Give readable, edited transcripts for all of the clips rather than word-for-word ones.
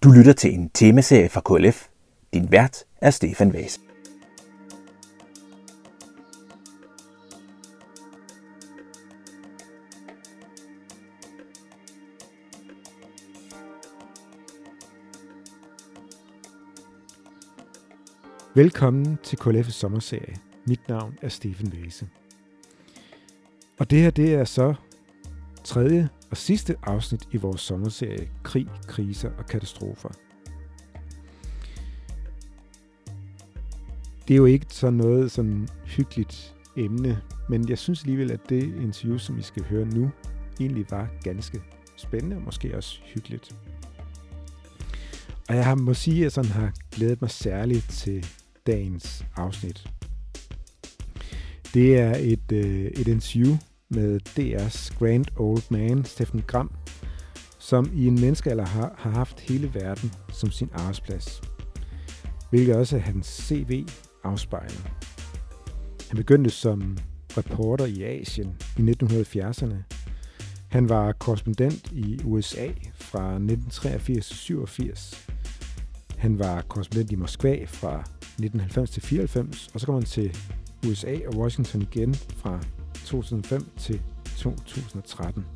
Du lytter til en temaserie fra KLF. Din vært er Stefan Vase. Velkommen til KLF's sommerserie. Mit navn er Stefan Vase. Og det her, det er så tredje og sidste afsnit i vores sommerserie Krig, kriser og katastrofer. Det er jo ikke sådan noget sådan hyggeligt emne, men jeg synes alligevel, at det interview, som I skal høre nu, egentlig var ganske spændende og måske også hyggeligt. Og jeg må sige, at jeg sådan har glædet mig særligt til dagens afsnit. Det er et interview med DR's Grand Old Man, Steffen Gram, som i en menneskealder har haft hele verden som sin arbejdsplads, hvilket også hans CV afspejler. Han begyndte som reporter i Asien i 1970'erne. Han var korrespondent i USA fra 1983 til 87. Han var korrespondent i Moskva fra 1990 til 94, og så kom han til USA og Washington igen fra 2005 til 2013.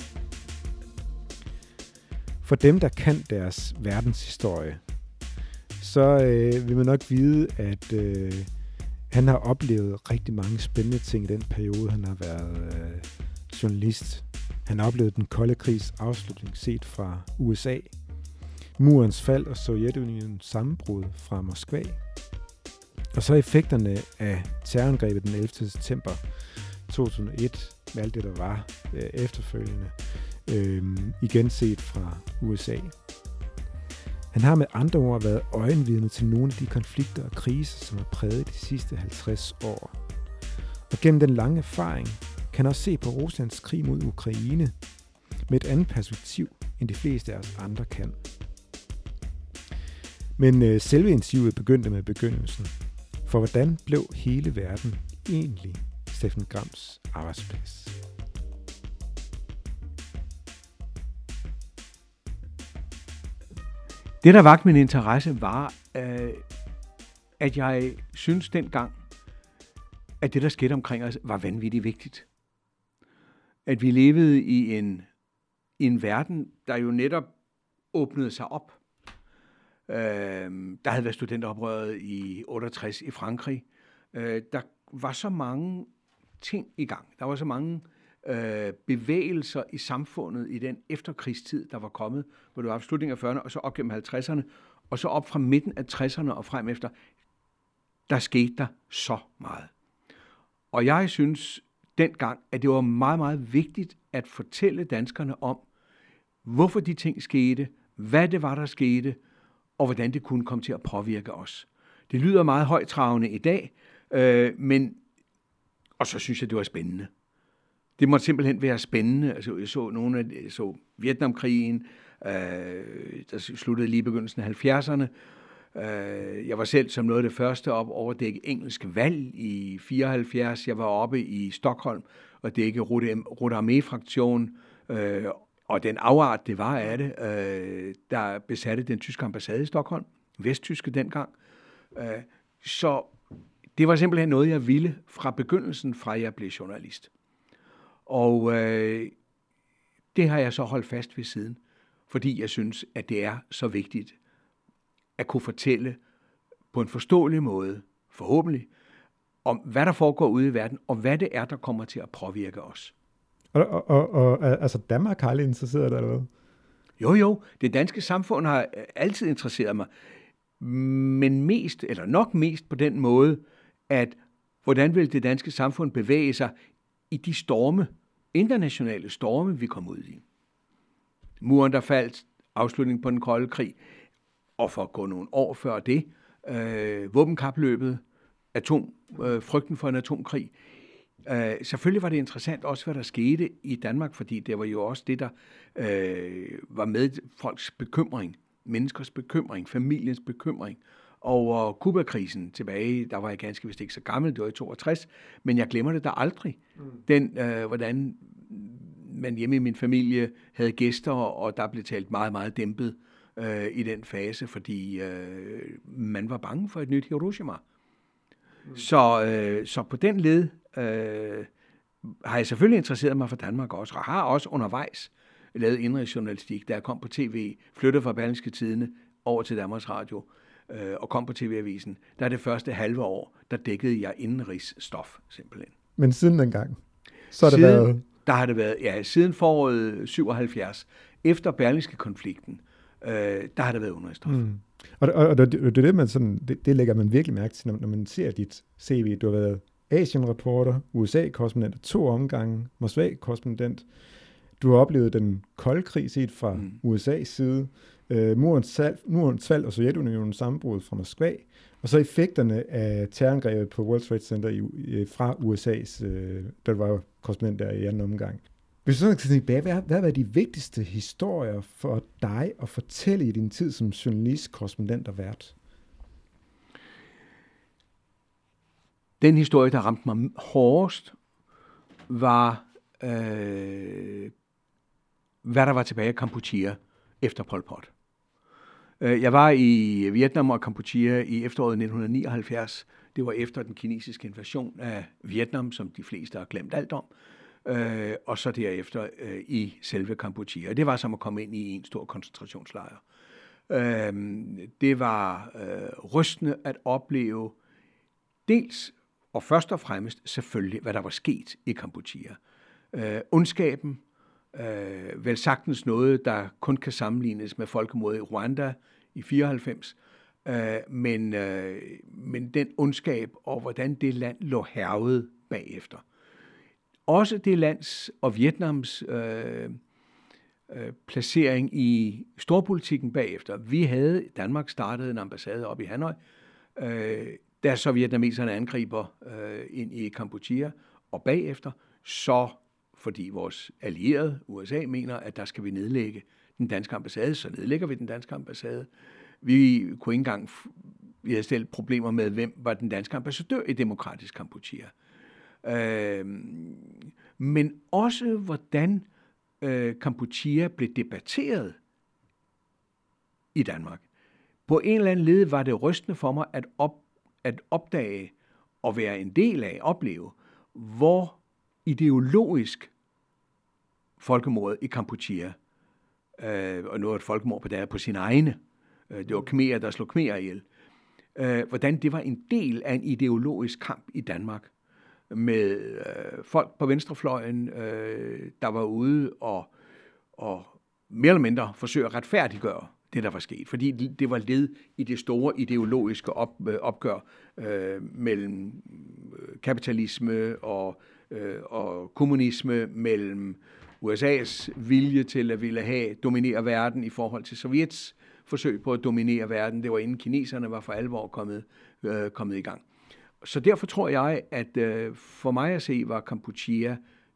For dem, der kan deres verdenshistorie, så vil man nok vide, at han har oplevet rigtig mange spændende ting i den periode, han har været journalist. Han har oplevet den kolde krigs afslutning set fra USA, murens fald og Sovjetunionens sammenbrud fra Moskva, og så effekterne af terrorangrebet den 11. september 2001, med alt det, der var efterfølgende, igen set fra USA. Han har med andre ord været øjenvidne til nogle af de konflikter og kriser, som har præget de sidste 50 år. Og gennem den lange erfaring kan han også se på Ruslands krig mod Ukraine med et andet perspektiv, end de fleste af os andre kan. Men selve interviewet begyndte med begyndelsen. For hvordan blev hele verden egentlig Steffen Grams arbejdsplads? Det, der vakte min interesse, var, at jeg synes dengang, at det, der skete omkring os, var vanvittigt vigtigt. At vi levede i en verden, der jo netop åbnede sig op. Der havde været studenteroprøret i 68 i Frankrig. Der var så mange ting i gang. Der var så mange bevægelser i samfundet i den efterkrigstid, der var kommet, hvor det var slutningen af 40'erne, og så op gennem 50'erne, og så op fra midten af 60'erne og frem efter, der skete der så meget. Og jeg synes dengang, at det var meget, meget vigtigt at fortælle danskerne om, hvorfor de ting skete, hvad det var, der skete, og hvordan det kunne komme til at påvirke os. Det lyder meget højtravende i dag, og så synes jeg, det var spændende. Det måtte simpelthen være spændende. Altså, jeg så Vietnamkrigen, der sluttede lige i begyndelsen af 70'erne. Jeg var selv som noget af det første op over dække engelsk valg i 74. Jeg var oppe i Stockholm og dække Rote Armee-fraktion, og den afart, det var af det, der besatte den tyske ambassade i Stockholm, vesttyske dengang. Så det var simpelthen noget, jeg ville fra begyndelsen, fra jeg blev journalist. Og det har jeg så holdt fast ved siden, fordi jeg synes, at det er så vigtigt at kunne fortælle på en forståelig måde, forhåbentlig, om hvad der foregår ude i verden, og hvad det er, der kommer til at påvirke os. Og altså Danmark har aldrig interesseret dig, eller hvad? Jo, det danske samfund har altid interesseret mig, men nok mest på den måde, at hvordan vil det danske samfund bevæge sig i de internationale storme, vi kom ud i. Muren, der faldt, afslutningen på den kolde krig, og for at gå nogle år før det, våbenkapløbet, frygten for en atomkrig. Selvfølgelig var det interessant også, hvad der skete i Danmark, fordi det var jo også det, der var med folks bekymring, menneskers bekymring, familiens bekymring over Kuba-krisen tilbage. Der var jeg ganske vist ikke så gammel, det var i 62, men jeg glemmer det da aldrig. Hvordan man hjemme i min familie havde gæster, og der blev talt meget, meget dæmpet i den fase, fordi man var bange for et nyt Hiroshima. Så på den led har jeg selvfølgelig interesseret mig for Danmark også, og har også undervejs lavet indrigsjournalistik, da jeg kom på tv, flyttede fra Berlingske Tidende over til Danmarks Radio, og kom på TV-avisen. Der er det første halve år, der dækkede jeg indenrigsstof, simpelthen. Men siden dengang, så har det været... Der har det været, ja, siden foråret 77, efter Berlingske-konflikten, der har det været udenrigsstof. Og det man sådan, det lægger man virkelig mærke til, når man ser dit CV. Du har været Asien-reporter, USA-korrespondent af 2 omgange, Moskva-korrespondent. Du har oplevet den kolde krig set fra USA's side, murens fald og Sovjetunionens sammenbrud fra Moskva, og så effekterne af terrorangrebet på World Trade Center fra USA's, der var korrespondent der i anden omgang. Hvis du sådan kan sige, hvad var de vigtigste historier for dig at fortælle i din tid som journalist, korrespondent og vært? Den historie, der ramte mig hårdest, var, hvad der var tilbage af Kampuchea efter Pol Pot. Jeg var i Vietnam og Kampuchea i efteråret 1979. Det var efter den kinesiske invasion af Vietnam, som de fleste har glemt alt om. Og så derefter i selve Kampuchea. Det var som at komme ind i en stor koncentrationslejr. Det var rystende at opleve dels og først og fremmest selvfølgelig, hvad der var sket i Kampuchea. Ondskaben, vel sagtens noget, der kun kan sammenlignes med folkemordet i Rwanda i 94, men den ondskab og hvordan det land lå hærget bagefter. Også det lands og Vietnams placering i storpolitikken bagefter. Danmark startede en ambassade op i Hanoi, da så vietnameserne angriber ind i Kampuchea, og bagefter så, fordi vores allierede USA mener, at der skal vi nedlægge den danske ambassade, så nedlægger vi den danske ambassade. Vi kunne ikke engang, vi havde stillet problemer med, hvem var den danske ambassadør i Demokratisk Kampuchea. Men også hvordan Kampuchea blev debatteret i Danmark. På en eller anden led var det rystende for mig at opdage og være en del af, opleve, hvor ideologisk folkemordet i Kampuchea, og nu er et folkemord på sine egne, det var khmerer, der slog khmerer ihjel, hvordan det var en del af en ideologisk kamp i Danmark, med folk på venstrefløjen, der var ude og mere eller mindre forsøge at retfærdiggøre det, der var sket. Fordi det var led i det store ideologiske opgør mellem kapitalisme og kommunisme, mellem USA's vilje til at ville dominere verden i forhold til Sovjets forsøg på at dominere verden. Det var inden kineserne var for alvor kommet i gang. Så derfor tror jeg, at for mig at se, var Kampuchea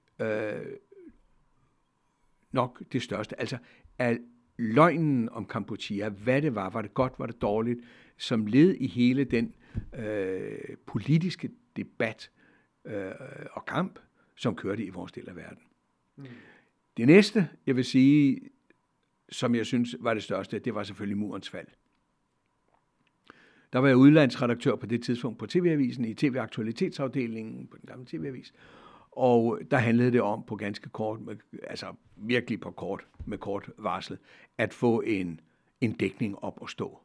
nok det største. Altså, at løgnen om Kampuchea, hvad det var det godt, var det dårligt, som led i hele den politiske debat og kamp, som kørte i vores del af verden. Det næste, jeg vil sige, som jeg synes var det største, det var selvfølgelig murens fald. Der var jeg udlandsredaktør på det tidspunkt på TV-avisen, i TV-aktualitetsafdelingen på den gamle TV-avis. Og der handlede det om på ganske kort, altså virkelig med kort varsel, at få en dækning op og stå.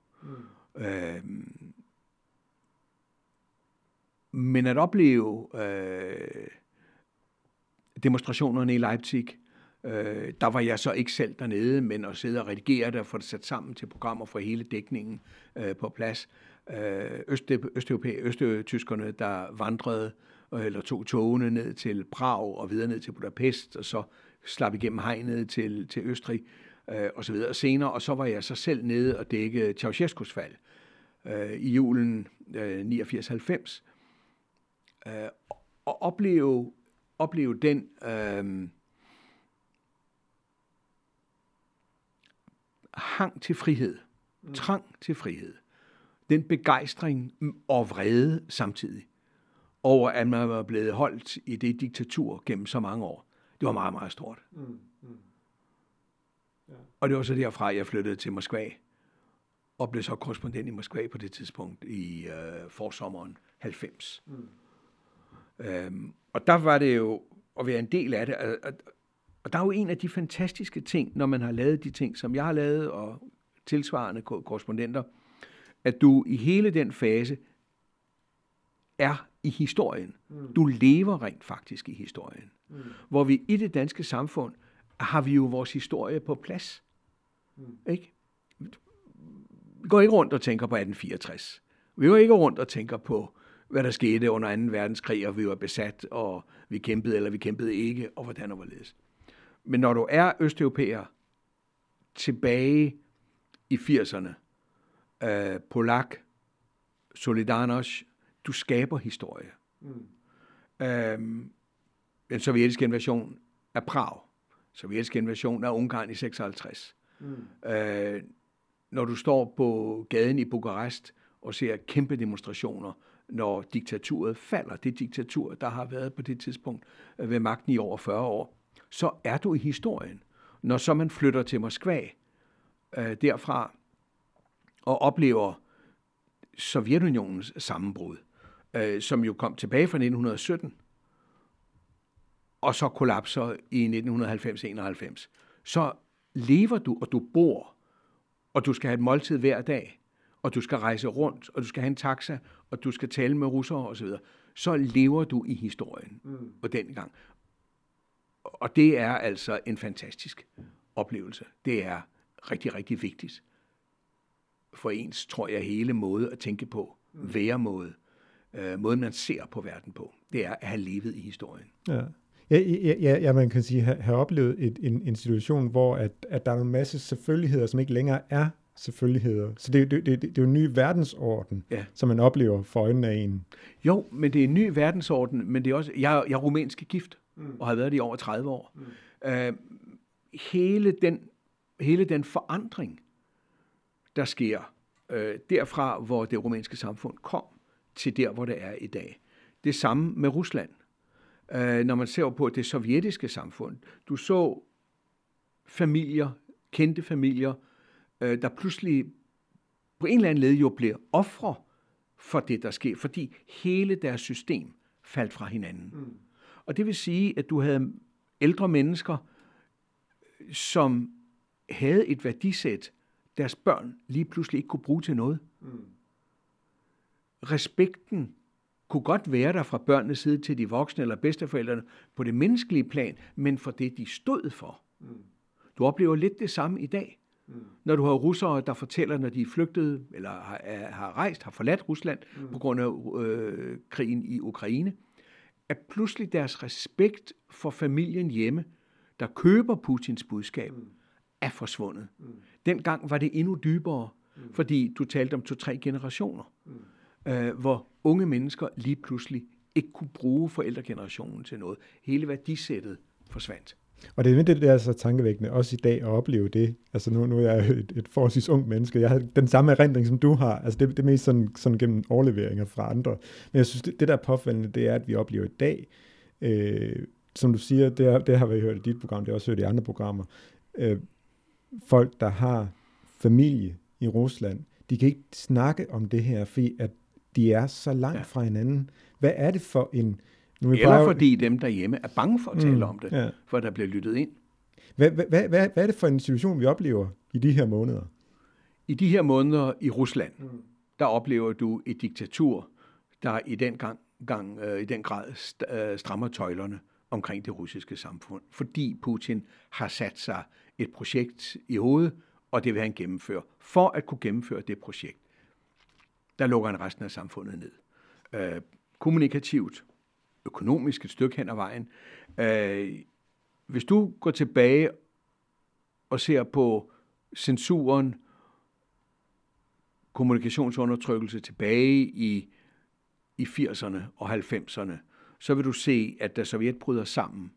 Men at opleve demonstrationerne i Leipzig, der var jeg så ikke selv dernede, men at sidde og redigere det og få det sat sammen til programmer for hele dækningen på plads. Østtyskerne, der vandrede eller tog togene ned til Prag og videre ned til Budapest, og så slap igennem hegnet til Østrig og så videre senere. Og så var jeg så selv nede og dække Ceausescus fald i julen 89-90. Og opleve den hang til frihed, trang til frihed, den begejstring og vrede samtidig over, at man var blevet holdt i det diktatur gennem så mange år. Det var meget, meget stort. Ja. Og det var så derfra, jeg flyttede til Moskva og blev så korrespondent i Moskva på det tidspunkt i forsommeren 90. Og der var det jo at være en del af det. Og der er jo en af de fantastiske ting, når man har lavet de ting, som jeg har lavet, og tilsvarende korrespondenter, at du i hele den fase er i historien. Du lever rent faktisk i historien. Hvor vi i det danske samfund har vi jo vores historie på plads. Ikke? Vi går ikke rundt og tænker på 1864. Vi går ikke rundt og tænker på, hvad der skete under 2. verdenskrig, og vi var besat, og vi kæmpede, eller vi kæmpede ikke, og hvordan og hvorledes. Men når du er østeuropæer tilbage i 80'erne, Polak, Solidarność, du skaber historie. Den sovjetiske invasion af Prag, sovjetiske invasion af Ungarn i 56. Når du står på gaden i Bukarest og ser kæmpe demonstrationer, når diktaturet falder, det diktatur, der har været på det tidspunkt ved magten i over 40 år, så er du i historien. Når så man flytter til Moskva derfra og oplever Sovjetunionens sammenbrud, som jo kom tilbage fra 1917, og så kollapser i 1990-91, så lever du, og du bor, og du skal have et måltid hver dag, og du skal rejse rundt, og du skal have en taxa, og du skal tale med russere osv., så lever du i historien på den gang. Og det er altså en fantastisk oplevelse. Det er rigtig, rigtig vigtigt for ens, tror jeg, hele måde at tænke på, væremåde, måden man ser på verden på, det er at have levet i historien. Ja, man kan sige, have oplevet en situation, hvor at der er en masse selvfølgeligheder, som ikke længere er selvfølgeligheder. Så det er jo en ny verdensorden, som man oplever for øjnene af en. Jo, men det er en ny verdensorden, men det er også, jeg er rumænsk gift, og har været det i over 30 år. Hele den forandring, der sker derfra, hvor det rumænske samfund kom, til der, hvor det er i dag. Det samme med Rusland. Når man ser på det sovjetiske samfund, du så familier, kendte familier, der pludselig på en eller anden led jo blev ofre for det, der sker, fordi hele deres system faldt fra hinanden. Og det vil sige, at du havde ældre mennesker, som havde et værdisæt, deres børn lige pludselig ikke kunne bruge til noget. Respekten kunne godt være der fra børnenes side til de voksne eller bedsteforældrene på det menneskelige plan, men for det, de stod for. Du oplever lidt det samme i dag. Når du har russere, der fortæller, når de er flygtet, eller har forladt Rusland på grund af krigen i Ukraine, at pludselig deres respekt for familien hjemme, der køber Putins budskab, er forsvundet. Dengang var det endnu dybere, fordi du talte om 2-3 generationer, hvor unge mennesker lige pludselig ikke kunne bruge forældregenerationen til noget. Hele værdisættet forsvandt. Og det er det, der er så tankevækkende, også i dag at opleve det. Altså nu er jeg et forholdsvis ung menneske. Jeg har den samme erindring, som du har. Altså det er mest sådan gennem overleveringer fra andre. Men jeg synes, det der er påfaldende, det er, at vi oplever i dag, som du siger, det har vi hørt i dit program, det har også hørt i andre programmer, folk, der har familie i Rusland, de kan ikke snakke om det her, fordi at de er så langt fra hinanden. Hvad er det for en... Eller fordi dem derhjemme er bange for at tale om det, for der bliver lyttet ind. Hvad er det for en situation, vi oplever i de her måneder? I de her måneder i Rusland, der oplever du et diktatur, der i den grad strammer tøjlerne omkring det russiske samfund, fordi Putin har sat sig et projekt i hovedet, og det vil han gennemføre. For at kunne gennemføre det projekt, der lukker han resten af samfundet ned. Kommunikativt, økonomisk et stykke hen ad vejen. Hvis du går tilbage og ser på censuren, kommunikationsundertrykkelse tilbage i 80'erne og 90'erne, så vil du se, at da Sovjet bryder sammen,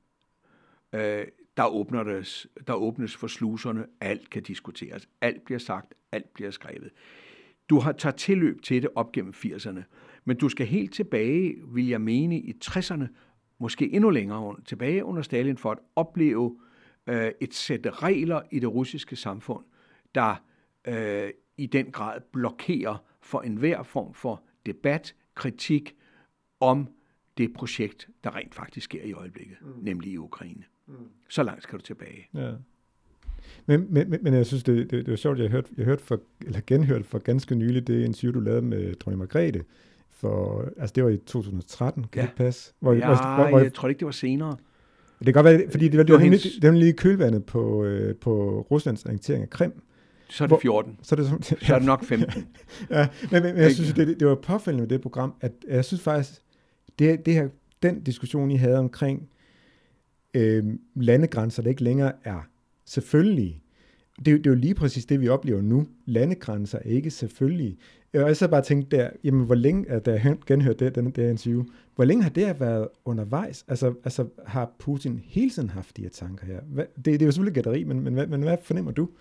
der åbnes for sluserne, alt kan diskuteres, alt bliver sagt, alt bliver skrevet. Du tager tilløb til det op gennem 80'erne, men du skal helt tilbage, vil jeg mene, i 60'erne, måske endnu længere tilbage under Stalin, for at opleve et sæt regler i det russiske samfund, der i den grad blokerer for enhver form for debat, kritik om det projekt, der rent faktisk sker i øjeblikket, nemlig i Ukraine. Så langt skal du tilbage. Ja. Men jeg synes, det var sjovt, jeg genhørte for ganske nylig det interview, du lavede med dronning Margrethe. Det var i 2013, kan det passe? Jeg tror ikke, det var senere. Det kan godt være, fordi det var lige i kølvandet på Ruslands annektering af Krim. Så er det 14. Så er det nok 15. Ja, men jeg synes, det var påfældende med det program, at jeg synes faktisk, den diskussion, I havde omkring landegrænser, der ikke længere er selvfølgelige. Det er jo lige præcis det, vi oplever nu. Landegrænser er ikke selvfølgelige. Og jeg så bare tænkt der, jamen hvor længe, da jeg genhørte det interview, hvor længe har det været undervejs? Altså har Putin hele tiden haft de her tanker her? Det er jo selvfølgelig gætteri, men hvad fornemmer du?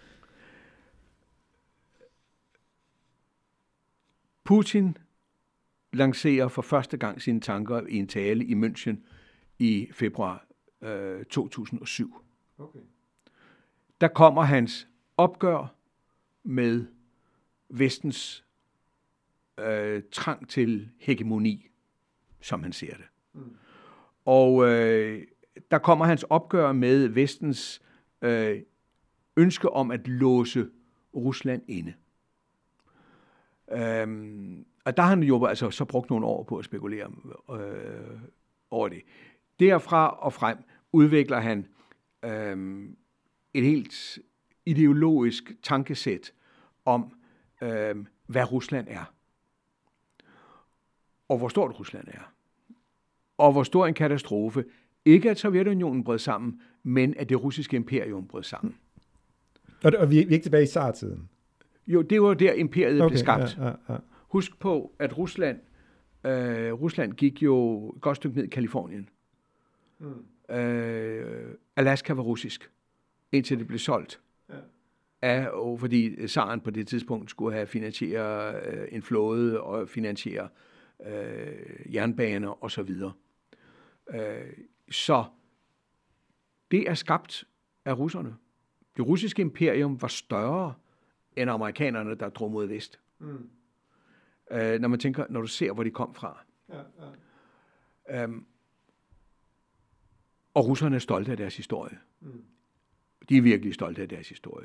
Putin lancerer for første gang sine tanker i en tale i München i februar 2007. Okay. Der kommer hans opgør med vestens trang til hegemoni, som han ser det. Og der kommer hans opgør med vestens ønske om at låse Rusland inde. Og der har han jo altså så brugt nogle år på at spekulere over det. Derfra og frem udvikler han et helt ideologisk tankesæt om, hvad Rusland er. Og hvor stort Rusland er. Og hvor stor en katastrofe. Ikke at Sovjetunionen brød sammen, men at det russiske imperium brød sammen. Og vi er ikke tilbage i tsartiden? Jo, det var der imperiet blev skabt. Ja. Husk på, at Rusland gik jo et godt stykke ned i Kalifornien. Alaska var russisk, indtil det blev solgt. Fordi zaren på det tidspunkt skulle have finansieret en flåde og finansiere jernbaner og så videre. Så det er skabt af russerne. Det russiske imperium var større end amerikanerne, der drog mod vest. Når du ser, hvor de kom fra. Og russerne er stolte af deres historie. De er virkelig stolte af deres historie.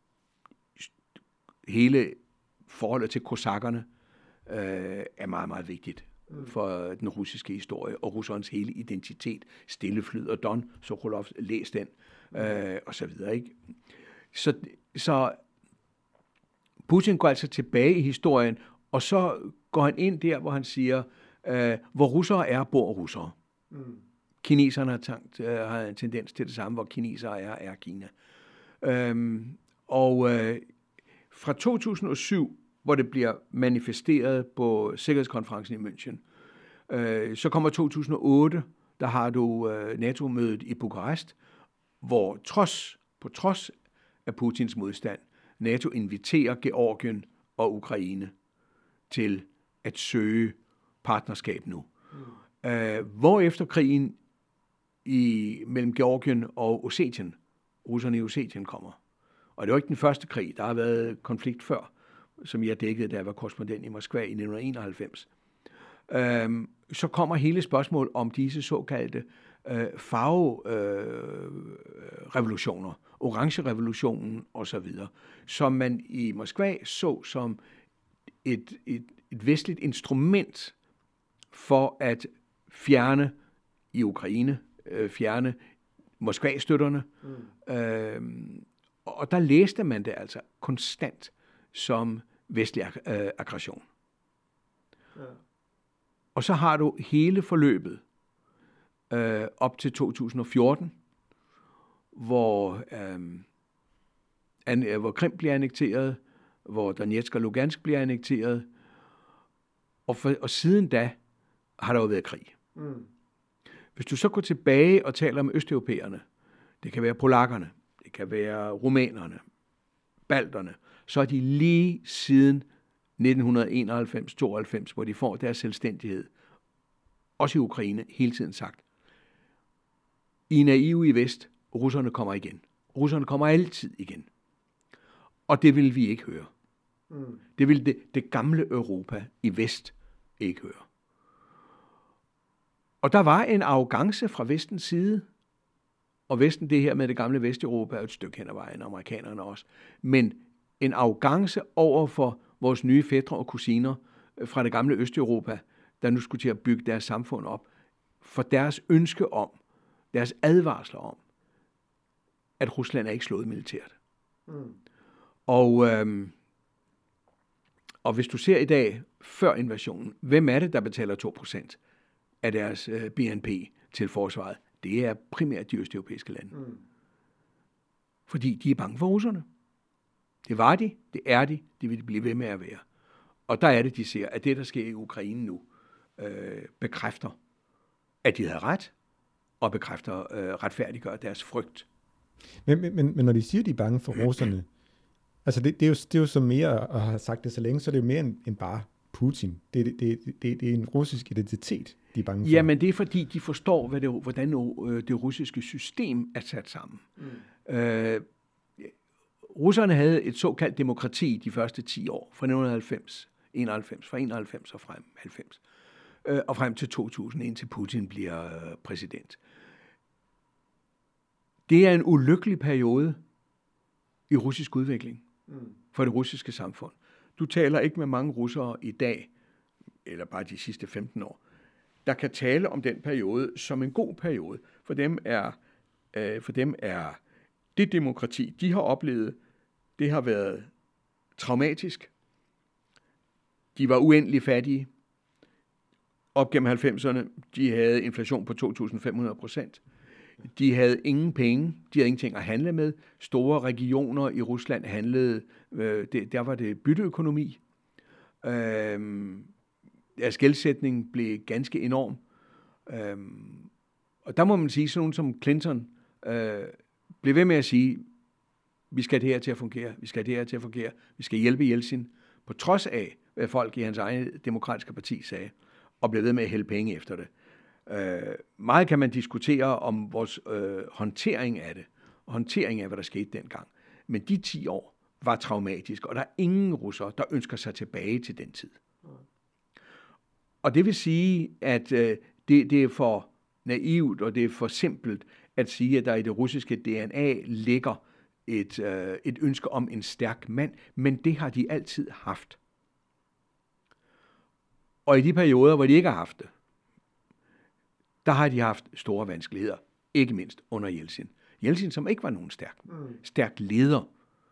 Hele forholdet til kosakkerne er meget, meget vigtigt for den russiske historie, og russernes hele identitet. Stille flyder Don, Sokolov, læs den, og så videre. Ikke? Så Putin går altså tilbage i historien, og så går han ind der, hvor han siger, hvor russere er, bor russere. Kineserne har en tendens til det samme, hvor kinesere er Kina. Fra 2007, hvor det bliver manifesteret på Sikkerhedskonferencen i München, så kommer 2008, der har du NATO-mødet i Bukarest, hvor på trods af Putins modstand, NATO inviterer Georgien og Ukraine til at søge partnerskab nu. Hvorefter krigen mellem Georgien og Ossetien, russerne i Ossetien, kommer. Og det var ikke den første krig. Der har været konflikt før, som jeg dækkede, da jeg var korrespondent i Moskva i 1991. Så kommer hele spørgsmålet om disse såkaldte farverevolutioner, orange-revolutionen osv., som man i Moskva så som et vestligt instrument for at fjerne i Ukraine, fjerne Moskva-støtterne. Og der læste man det altså konstant som vestlig aggression. Ja. Og så har du hele forløbet op til 2014, hvor Krim bliver annekteret, hvor Donetsk og Lugansk bliver annekteret, og siden da har der jo været krig. Hvis du så går tilbage og taler om østeuropæerne, det kan være polakkerne, det kan være rumænerne, balterne, så er de lige siden 1991-92, hvor de får deres selvstændighed, også i Ukraine, hele tiden sagt, I er naive i vest, russerne kommer igen. Russerne kommer altid igen. Og det vil vi ikke høre. Det ville det gamle Europa i vest ikke høre. Og der var en arrogance fra vestens side, og vesten, det her med det gamle Vesteuropa, er et stykke hen ad vejen, amerikanerne også, men en arrogance over for vores nye fætre og kusiner fra det gamle Østeuropa, der nu skulle til at bygge deres samfund op, for deres ønske om, deres advarsler om, at Rusland er ikke slået militært. Og hvis du ser i dag, før invasionen, hvem er det, der betaler 2% af deres BNP til forsvaret? Det er primært de østeuropæiske lande. Fordi de er bange for russerne. Det var de, det er de, det vil de blive ved med at være. Og der er det, de ser, at det, der sker i Ukraine nu, bekræfter, at de havde ret, og bekræfter, retfærdiggør deres frygt. Men når de siger, at de er bange for russerne, altså det er jo så mere, at have sagt det så længe, så er det jo mere end bare Putin. Det er en russisk identitet, de er bange for. Jamen det er fordi, de forstår, hvordan det russiske system er sat sammen. Russerne havde et såkaldt demokrati de første 10 år, fra 1991 og frem 90. Og frem til 2000, indtil Putin bliver præsident. Det er en ulykkelig periode i russisk udvikling for det russiske samfund. Du taler ikke med mange russere i dag, eller bare de sidste 15 år, der kan tale om den periode som en god periode. For dem er det demokrati, de har oplevet, det har været traumatisk. De var uendelig fattige. Op gennem 90'erne, de havde inflation på 2.500%. De havde ingen penge, de havde ingenting at handle med. Store regioner i Rusland handlede, der var det bytteøkonomi. Deres gældsætning blev ganske enorm. Og der må man sige, sådan nogen som Clinton blev ved med at sige, vi skal det her til at fungere, vi skal det her til at fungere, vi skal hjælpe Jeltsin, på trods af, hvad folk i hans eget demokratiske parti sagde, og blev ved med at hælde penge efter det. Meget kan man diskutere om vores håndtering af det, og håndtering af, hvad der skete dengang. Men de 10 år var traumatiske, og der er ingen russere, der ønsker sig tilbage til den tid. Og det vil sige, at det er for naivt, og det er for simpelt at sige, at der i det russiske DNA ligger et ønske om en stærk mand, men det har de altid haft. Og i de perioder, hvor de ikke har haft det, der har de haft store vanskeligheder, ikke mindst under Jeltsin. Jeltsin, som ikke var nogen stærk leder.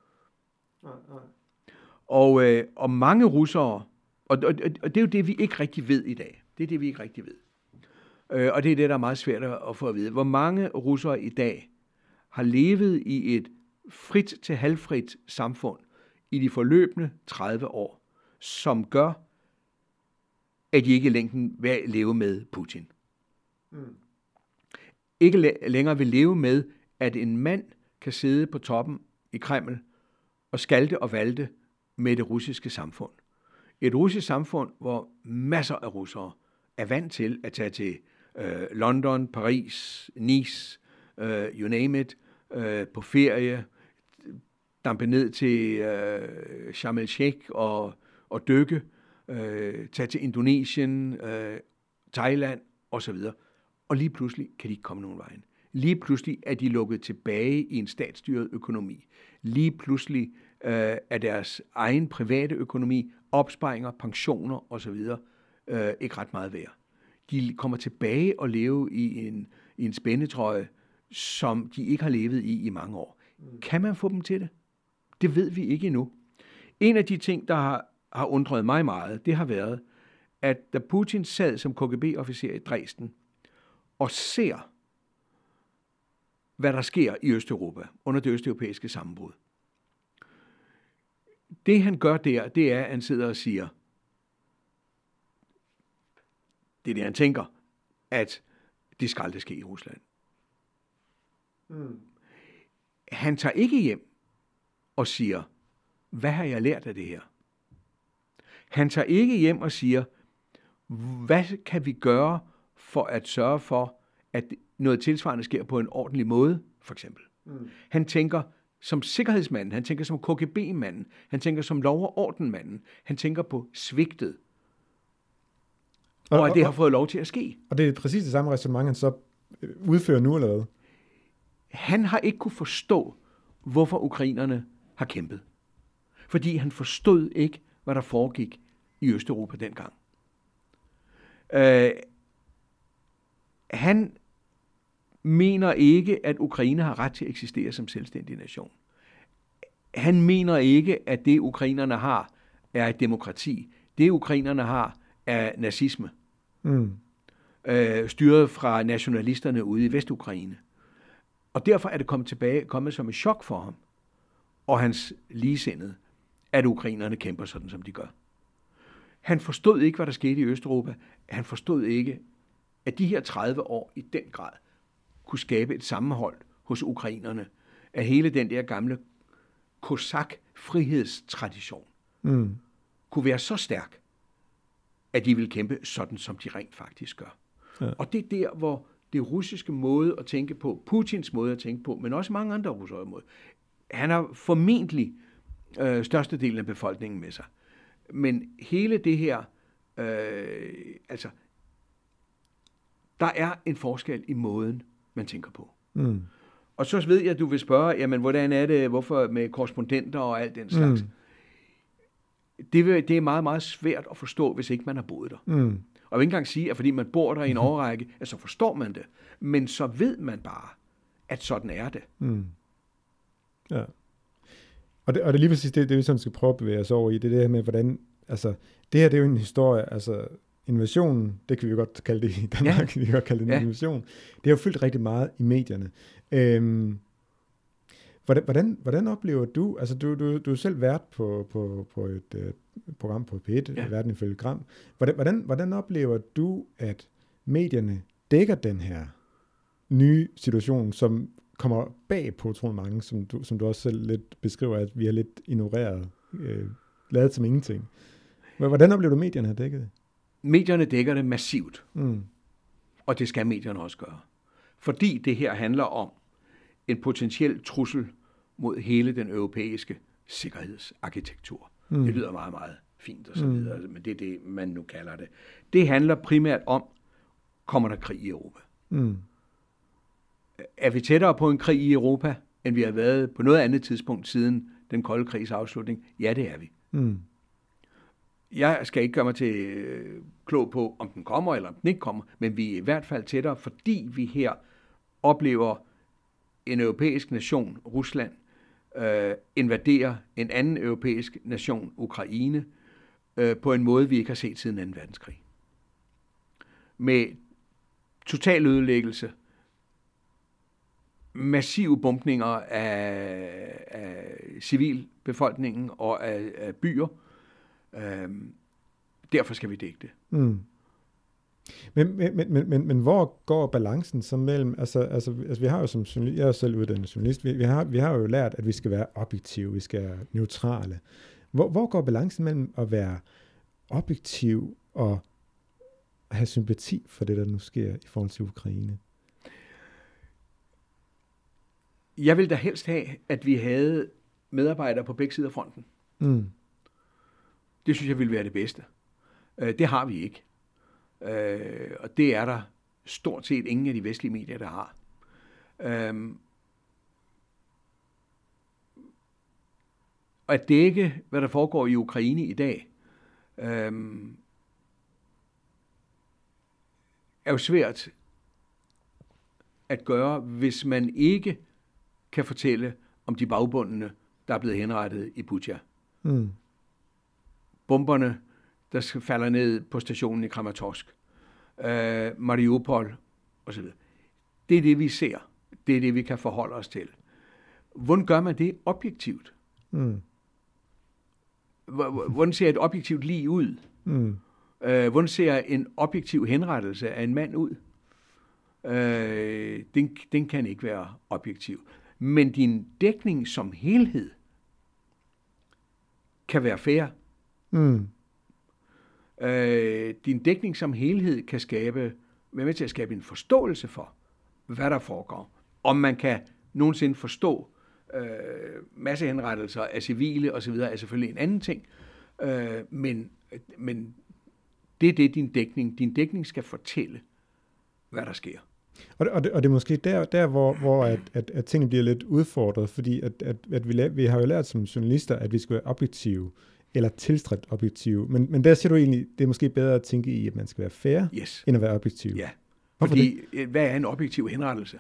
Og mange russere, og det er jo det, vi ikke rigtig ved i dag. Det er det, vi ikke rigtig ved. Og det er det, der er meget svært at få at vide. Hvor mange russere i dag har levet i et frit til halvfrit samfund i de forløbende 30 år, som gør, at de ikke i længden vil leve med Putin. Ikke længere vil leve med, at en mand kan sidde på toppen i Kreml og skalte og valte med det russiske samfund. Et russisk samfund, hvor masser af russere er vant til at tage til London, Paris, Nice, you name it, på ferie, dampe ned til Sharm el-Sheikh og dykke, tage til Indonesien, Thailand osv. Og lige pludselig kan de ikke komme nogen vejen. Lige pludselig er de lukket tilbage i en statsstyret økonomi. Lige pludselig er deres egen private økonomi, opsparinger, pensioner osv. Ikke ret meget værd. De kommer tilbage og leve i en spændetrøje, som de ikke har levet i mange år. Kan man få dem til det? Det ved vi ikke endnu. En af de ting, der har undret mig meget, det har været, at da Putin sad som KGB-officer i Dresden og ser, hvad der sker i Østeuropa under det østeuropæiske sammenbrud. Det han gør der, det er, at han sidder og siger, det er det, han tænker, at det skal aldrig ske i Rusland. Han tager ikke hjem og siger, hvad har jeg lært af det her? Han tager ikke hjem og siger, hvad kan vi gøre for at sørge for, at noget tilsvarende sker på en ordentlig måde, for eksempel. Han tænker, som sikkerhedsmanden, han tænker som KGB-manden, han tænker som lov- og ordenmanden, han tænker på svigtet, og at det har fået lov til at ske. Og det er præcis det samme ræsonnement, han så udfører nu, eller hvad? Han har ikke kunne forstå, hvorfor ukrainerne har kæmpet. Fordi han forstod ikke, hvad der foregik i Østeuropa dengang. Han mener ikke, at Ukraine har ret til at eksistere som selvstændig nation. Han mener ikke, at det ukrainerne har, er et demokrati. Det ukrainerne har, er nazisme. Styret fra nationalisterne ude i Vestukraine. Og derfor er det kommet som et chok for ham og hans ligesindede, at ukrainerne kæmper sådan, som de gør. Han forstod ikke, hvad der skete i Østeuropa. Han forstod ikke, at de her 30 år i den grad kunne skabe et sammenhold hos ukrainerne af hele den der gamle kosak-frihedstradition kunne være så stærk, at de ville kæmpe sådan, som de rent faktisk gør. Ja. Og det er der, hvor det russiske måde at tænke på, Putins måde at tænke på, men også mange andre russere måde. Han har formentlig størstedelen af befolkningen med sig. Men hele det her, der er en forskel i måden, man tænker på. Og så ved jeg, at du vil spørge, jamen, hvordan er det, hvorfor med korrespondenter og alt den slags. Det er meget, meget svært at forstå, hvis ikke man har boet der. Og jeg vil ikke engang sige, at fordi man bor der i en årrække, så forstår man det. Men så ved man bare, at sådan er det. Ja. Og det er lige præcis det vi sådan skal prøve at bevæge os over i, det her med, hvordan, altså, det her det er jo en historie, altså, invasionen, det kan vi jo godt kalde det i Danmark, vi kan godt kalde det en invasion, det har jo fyldt rigtig meget i medierne. Hvordan oplever du, altså du er selv vært på et program på P1, Verden ifølge Gram. Hvordan oplever du, at medierne dækker den her nye situation, som kommer bag på utrolig mange, som du også selv lidt beskriver, at vi har lidt ignoreret, lavet som ingenting. Hvordan oplever du, medierne har dækket det? Medierne dækker det massivt. Og det skal medierne også gøre. Fordi det her handler om en potentiel trussel mod hele den europæiske sikkerhedsarkitektur. Det lyder meget, meget fint og så videre, men det er det, man nu kalder det. Det handler primært om, kommer der krig i Europa? Er vi tættere på en krig i Europa, end vi har været på noget andet tidspunkt siden den kolde krigs afslutning? Ja, det er vi. Jeg skal ikke gøre mig til klog på, om den kommer eller om den ikke kommer, men vi er i hvert fald tættere, fordi vi her oplever en europæisk nation, Rusland, invadere en anden europæisk nation, Ukraine, på en måde, vi ikke har set siden 2. verdenskrig. Med total ødelæggelse, massive bombninger af civilbefolkningen og af byer. Derfor skal vi dække det. Men hvor går balancen så mellem, altså vi har jo som journalist, jeg er selv uddannet journalist, vi har jo lært, at vi skal være objektive, vi skal være neutrale. Hvor går balancen mellem at være objektiv og have sympati for det, der nu sker i forhold til Ukraine? Jeg vil da helst have, at vi havde medarbejdere på begge sider af fronten. Det synes jeg ville være det bedste. Det har vi ikke. Og det er der stort set ingen af de vestlige medier, der har. At dække, hvad der foregår i Ukraine i dag, er jo svært at gøre, hvis man ikke kan fortælle om de bagbundne, der er blevet henrettet i Bucha. Bomberne, der falder ned på stationen i Kramatorsk, Mariupol osv. Det er det, vi ser. Det er det, vi kan forholde os til. Hvordan gør man det objektivt? Hvordan ser et objektivt lig ud? Hvordan ser en objektiv henrettelse af en mand ud? Den kan ikke være objektiv. Men din dækning som helhed kan være fair. Din dækning som helhed kan være med til at skabe en forståelse for, hvad der foregår. Om man kan nogensinde forstå Massehenrettelser af civile osv. er selvfølgelig en anden ting. Men det er det, din dækning skal fortælle, hvad der sker. Og det er måske der hvor at tingene bliver lidt udfordret, fordi at vi har jo lært som journalister, at vi skal være objektive, eller tilstræbt objektive. Men der siger du egentlig, det er måske bedre at tænke i, at man skal være fair, end at være objektiv. Ja, fordi hvad er en objektiv henrettelse?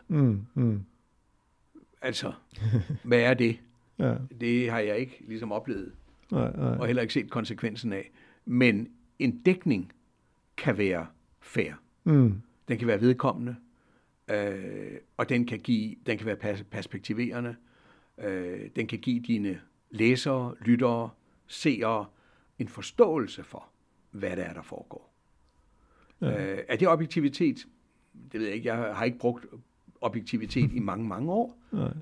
Altså, hvad er det? Ja. Det har jeg ikke ligesom oplevet, og heller ikke set konsekvensen af. Men en dækning kan være fair. Den kan være vedkommende, og den kan være perspektiverende. Den kan give dine læsere, lyttere, seere en forståelse for, hvad det er, der foregår. Ja. Er det objektivitet? Det ved jeg ikke. Jeg har ikke brugt objektivitet i mange, mange år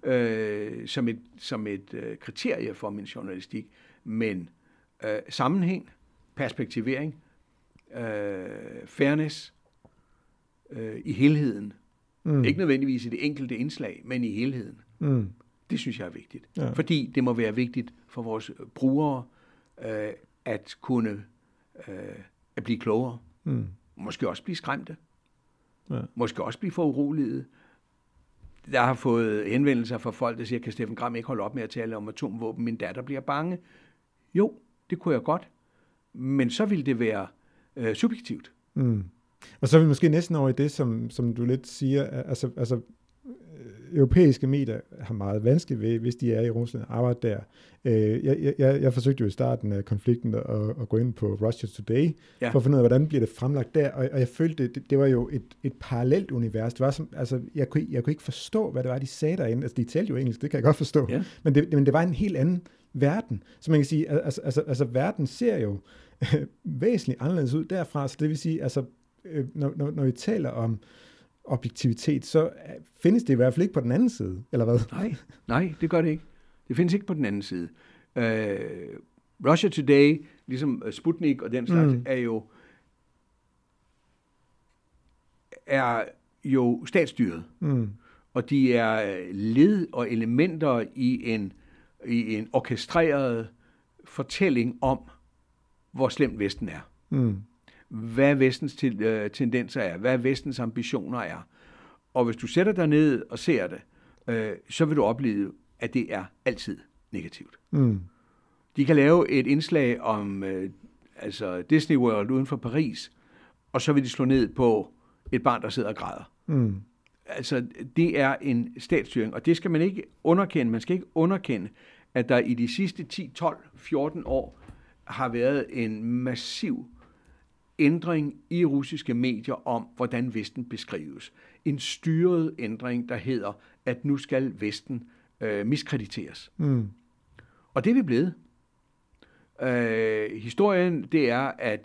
som et kriterie for min journalistik. Men sammenhæng, perspektivering, fairness i helheden. Ikke nødvendigvis i det enkelte indslag, men i helheden. Det synes jeg er vigtigt. Ja. Fordi det må være vigtigt for vores brugere at kunne at blive klogere. Måske også blive skræmte. Ja. Måske også blive foruroligede. Jeg har fået henvendelser fra folk, der siger, kan Steffen Gram ikke holde op med at tale om atomvåben? Min datter bliver bange. Jo, det kunne jeg godt. Men så ville det være subjektivt. Og så er vi måske næsten over i det, som du lidt siger, altså europæiske medier har meget vanskeligt ved, hvis de er i Rusland og arbejder der. Jeg forsøgte jo i starten af konflikten at gå ind på Russia Today, for at finde ud af, hvordan bliver det fremlagt der, og jeg følte, det var jo et parallelt univers. Det var som, altså, jeg kunne ikke forstå, hvad det var, de sagde derinde. Altså, de talte jo engelsk, det kan jeg godt forstå. Ja. Men det var en helt anden verden. Så man kan sige, altså verden ser jo væsentligt anderledes ud derfra, så det vil sige, altså, når vi taler om objektivitet, så findes det i hvert fald ikke på den anden side, eller hvad? Nej, det gør det ikke. Det findes ikke på den anden side. Russia Today, ligesom Sputnik og den slags, er jo statsstyret. Og de er led og elementer i en orkestreret fortælling om, hvor slemt Vesten er. Hvad Vestens tendenser er, hvad Vestens ambitioner er. Og hvis du sætter dig ned og ser det, så vil du opleve, at det er altid negativt. De kan lave et indslag om Disney World uden for Paris, og så vil de slå ned på et barn, der sidder og græder. Altså, det er en statsstyring, og det skal man ikke underkende. Man skal ikke underkende, at der i de sidste 10, 12, 14 år har været en massiv ændring i russiske medier om, hvordan Vesten beskrives. En styret ændring, der hedder, at nu skal Vesten miskrediteres. Og det er vi blevet. Historien, det er, at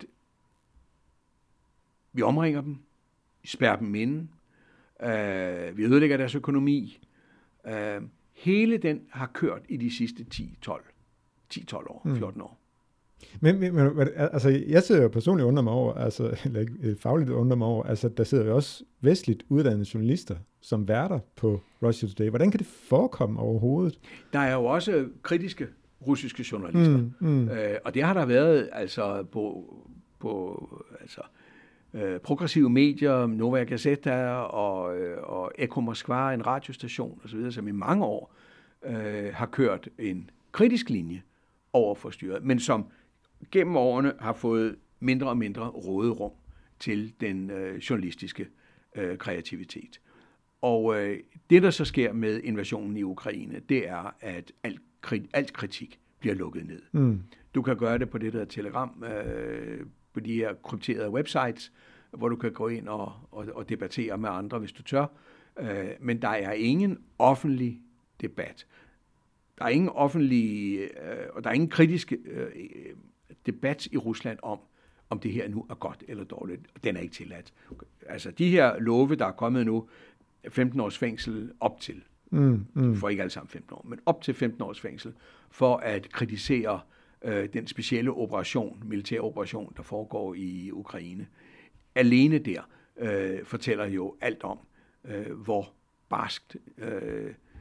vi omringer dem, vi spærrer dem inde, vi ødelægger deres økonomi. Hele den har kørt i de sidste 10-12 år, 14 år. Men altså, jeg sidder jo personligt undrer mig over, altså, eller ikke fagligt undrer mig over, altså, der sidder jo også vestligt uddannede journalister, som værter på Russia Today. Hvordan kan det forekomme overhovedet? Der er jo også kritiske russiske journalister, og det har der været altså på progressive medier, Novaya Gazeta og Eko Moskva, en radiostation osv., som i mange år har kørt en kritisk linje over for styret, men som gennem årene har fået mindre og mindre råderum til den journalistiske kreativitet. Og det, der så sker med invasionen i Ukraine, det er, at alt kritik bliver lukket ned. Du kan gøre det på det der Telegram, på de her krypterede websites, hvor du kan gå ind og debattere med andre, hvis du tør. Men der er ingen offentlig debat. Der er ingen offentlig, og der er ingen kritisk debat i Rusland om det her nu er godt eller dårligt. Den er ikke tilladt. Altså de her love, der er kommet nu, 15 års fængsel op til, for ikke alle sammen 15 år, men op til 15 års fængsel, for at kritisere den specielle militære operation, der foregår i Ukraine. Alene der fortæller jo alt om, hvor barskt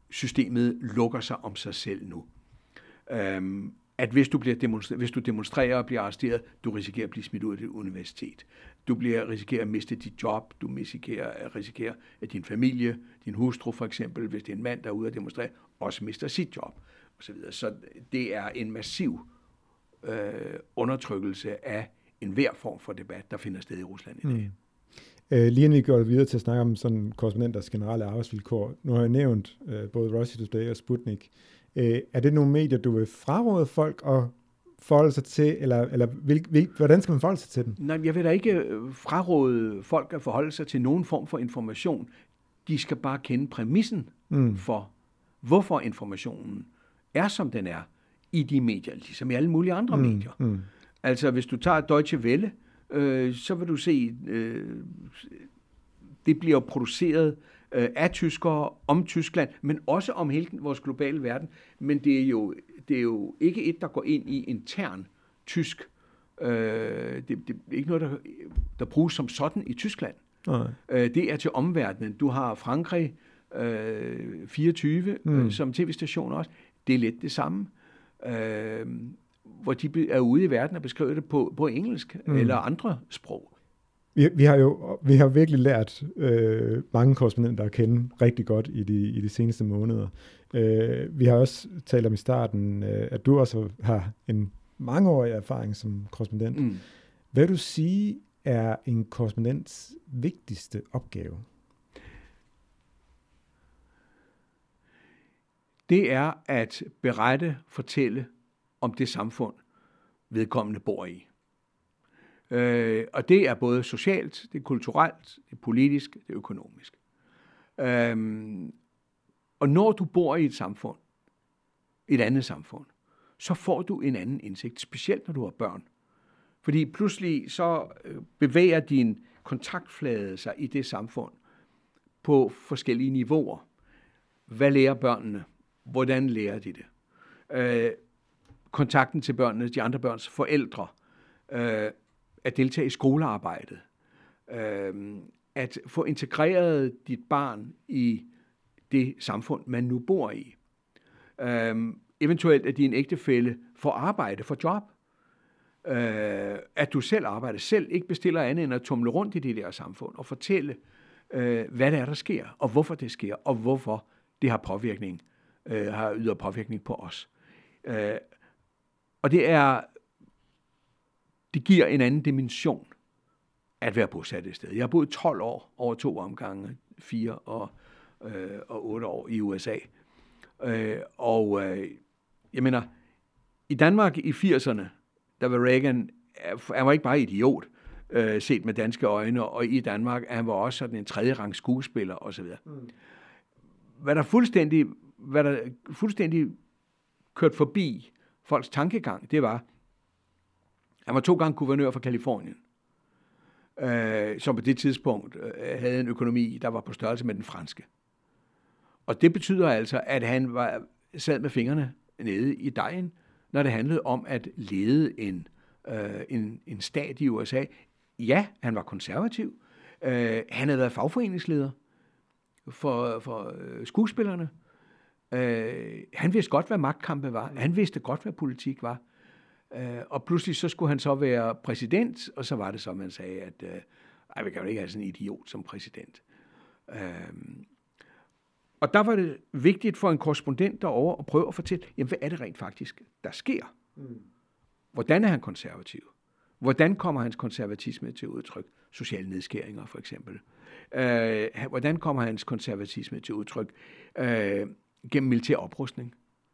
systemet lukker sig om sig selv nu. At hvis du demonstrerer og bliver arresteret, du risikerer at blive smidt ud af dit universitet. Du risikerer at miste dit job, du risikerer at din familie, din hustru for eksempel, hvis det er en mand, der er ude at demonstrere, også mister sit job osv. Så det er en massiv undertrykkelse af enhver form for debat, der finder sted i Rusland i dag. Lige inden vi går videre til at snakke om sådan korrespondenters generelle arbejdsvilkår, nu har jeg nævnt både Russia Today og Sputnik. Er det nogle medier, du vil fraråde folk at forholde sig til, eller hvordan skal man forholde sig til den? Nej, jeg vil da ikke fraråde folk at forholde sig til nogen form for information. De skal bare kende præmissen for, hvorfor informationen er, som den er i de medier, ligesom i alle mulige andre medier. Altså, hvis du tager Deutsche Welle, så vil du se, det bliver produceret af tyskere om Tyskland, men også om hele vores globale verden. Men det er jo ikke et, der går ind i intern tysk. Det er ikke noget, der bruges som sådan i Tyskland. Det er til omverdenen. Du har Frankrig 24 som tv-station også. Det er lidt det samme. Hvor de er ude i verden og beskriver det på engelsk eller andre sprog. Vi har virkelig lært mange korrespondenter at kende rigtig godt i de seneste måneder. Vi har også talt om i starten, at du også har en mangeårig erfaring som korrespondent. Hvad vil du sige er en korrespondents vigtigste opgave? Det er at fortælle om det samfund, vedkommende bor i. Og det er både socialt, det er kulturelt, det er politisk, det er økonomisk. Og når du bor i et andet samfund, så får du en anden indsigt, specielt når du har børn. Fordi pludselig så bevæger din kontaktflade sig i det samfund på forskellige niveauer. Hvad lærer børnene? Hvordan lærer de det? Kontakten til børnene, de andre børns forældre, at deltage i skolearbejdet, at få integreret dit barn i det samfund, man nu bor i. Eventuelt at din ægtefælle får arbejde, får job. At du selv arbejder, selv ikke bestiller andet end at tumle rundt i det der samfund og fortælle, hvad det er, der sker, og hvorfor det sker, og hvorfor det har yder påvirkning på os. Og det giver en anden dimension at være bosat et sted. Jeg har boet 12 år over 2 omgange, 4 og 8 år i USA. Jeg mener, i Danmark i 80'erne, der var Reagan, han var ikke bare idiot, set med danske øjne, og i Danmark, han var også sådan en tredje-rangs skuespiller osv. Hvad der fuldstændig kørt forbi folks tankegang, det var, han var 2 gange guvernør for Californien, som på det tidspunkt havde en økonomi, der var på størrelse med den franske. Og det betyder altså, at han sad med fingrene nede i dejen, når det handlede om at lede en stat i USA. Ja, han var konservativ. Han havde været fagforeningsleder for skuespillerne. Han vidste godt, hvad magtkampe var. Han vidste godt, hvad politik var. Og pludselig så skulle han så være præsident, og så var det så, man sagde, at vi kan jo ikke have sådan en idiot som præsident. Og der var det vigtigt for en korrespondent derovre at prøve at fortælle, jamen, hvad er det rent faktisk, der sker? Hvordan er han konservativ? Hvordan kommer hans konservatisme til udtryk? Sociale nedskæringer, for eksempel. Hvordan kommer hans konservatisme til udtryk? Gennem militær oprustning.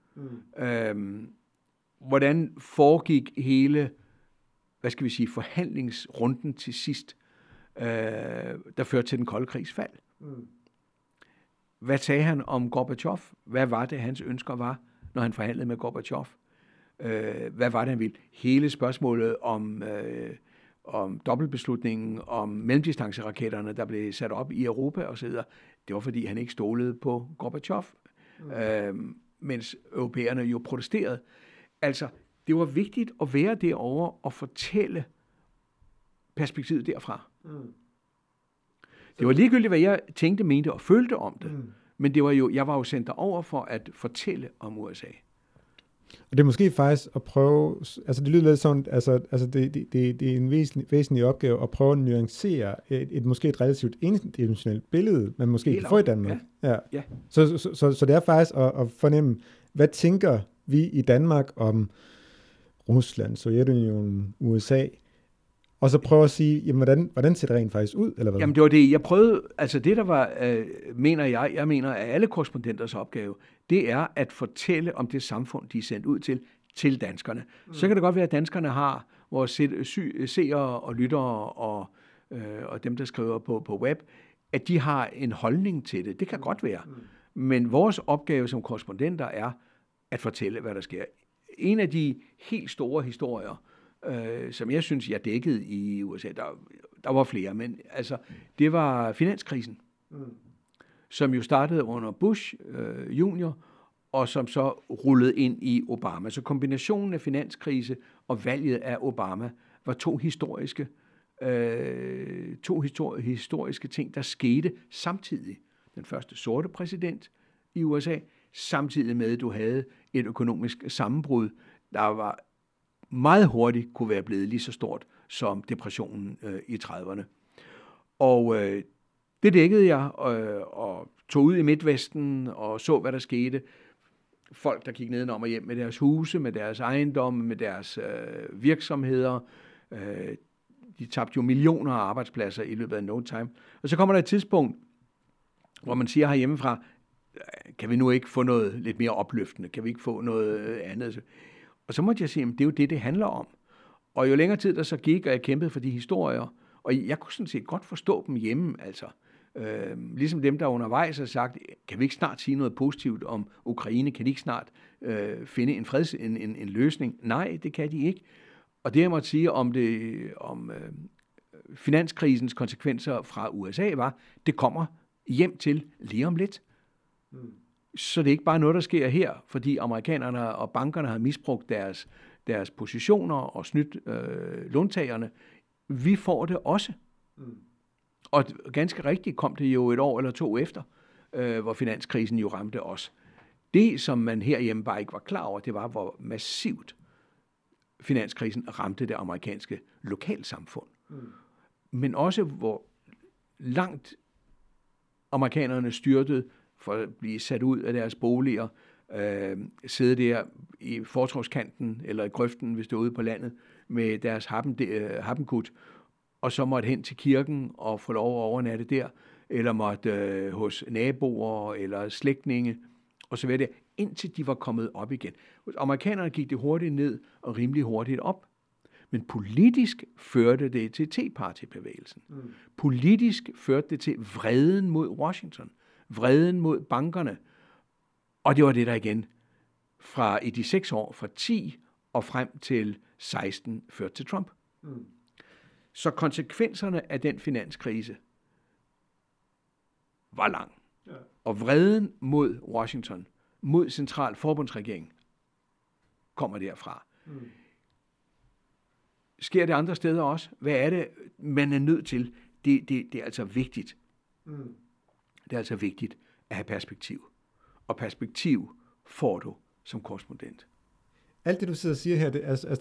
Hvordan foregik hele, forhandlingsrunden til sidst, der førte til den kolde krigs fald? Hvad sagde han om Gorbachev? Hvad var det, hans ønsker var, når han forhandlede med Gorbachev? Hvad var det, han ville? Hele spørgsmålet om dobbeltbeslutningen, om mellemdistanceraketterne, der blev sat op i Europa osv., det var, fordi han ikke stolede på Gorbachev, mens europæerne jo protesterede. Altså, det var vigtigt at være derovre og fortælle perspektivet derfra. Det var ligegyldigt, hvad jeg tænkte, mente og følte om det. Men jeg var jo sendt derover for at fortælle om USA. Og det er måske faktisk at prøve, altså det lyder lidt sådan, altså det er en væsentlig opgave at prøve at nuancere måske et relativt endimensionelt billede, man måske kan få i Danmark. Ja. Så det er faktisk at fornemme, hvad tænker vi i Danmark om Rusland, Sovjetunionen, USA, og så prøve at sige, jamen, hvordan ser det rent faktisk ud? Eller hvad? Jamen det var det, jeg prøvede, altså det der var, jeg mener, at alle korrespondenters opgave, det er at fortælle om det samfund, de er sendt ud til danskerne. Så kan det godt være, at danskerne har vores seere og lyttere og dem, der skriver på web, at de har en holdning til det. Det kan godt være. Men vores opgave som korrespondenter er at fortælle, hvad der sker. En af de helt store historier, som jeg synes, jeg dækkede i USA, der var flere, men altså, det var finanskrisen, som jo startede under Bush junior, og som så rullede ind i Obama. Så kombinationen af finanskrise og valget af Obama var to historiske ting, der skete samtidig. Den første sorte præsident i USA, samtidig med, at du havde et økonomisk sammenbrud, der var meget hurtigt kunne være blevet lige så stort som depressionen i 30'erne. Og det dækkede jeg og tog ud i Midtvesten og så, hvad der skete. Folk, der gik nedenom og hjem med deres huse, med deres ejendomme, med deres virksomheder. De tabte jo millioner af arbejdspladser i løbet af no time. Og så kommer der et tidspunkt, hvor man siger herhjemmefra, kan vi nu ikke få noget lidt mere opløftende? Kan vi ikke få noget andet? Og så måtte jeg sige, at det er jo det handler om. Og jo længere tid der så gik, og jeg kæmpede for de historier, og jeg kunne sådan set godt forstå dem hjemme, altså. Ligesom dem, der undervejs har sagt, kan vi ikke snart sige noget positivt om Ukraine? Kan de ikke snart finde en løsning? Nej, det kan de ikke. Og det, jeg måtte sige om finanskrisens konsekvenser fra USA var, det kommer hjem til lige om lidt. Så det er ikke bare noget, der sker her, fordi amerikanerne og bankerne har misbrugt deres positioner og snydt låntagerne. Vi får det også. Og ganske rigtigt kom det jo et år eller to efter, hvor finanskrisen jo ramte os. Det, som man herhjemme bare ikke var klar over, det var, hvor massivt finanskrisen ramte det amerikanske lokalsamfund. Men også, hvor langt amerikanerne styrtede for at blive sat ud af deres boliger, sidde der i fortovskanten eller i grøften, hvis det er ude på landet, med deres happenkut, og så måtte hen til kirken og få lov at overnatte der, eller måtte hos naboer eller slægtninge, og så videre, indtil de var kommet op igen. Hos amerikanerne gik det hurtigt ned og rimelig hurtigt op, men politisk førte det til Tea Party-bevægelsen. Politisk førte det til vreden mod Washington, vreden mod bankerne, og det var det der igen i de 6 år, fra 10 og frem til 16, førte til Trump. Så konsekvenserne af den finanskrise var lang. Ja. Og vreden mod Washington, mod central forbundsregering, kommer derfra. Sker det andre steder også? Hvad er det, man er nødt til? Det er altså vigtigt. Det er altså vigtigt at have perspektiv. Og perspektiv får du som korrespondent. Alt det, du sidder og siger her,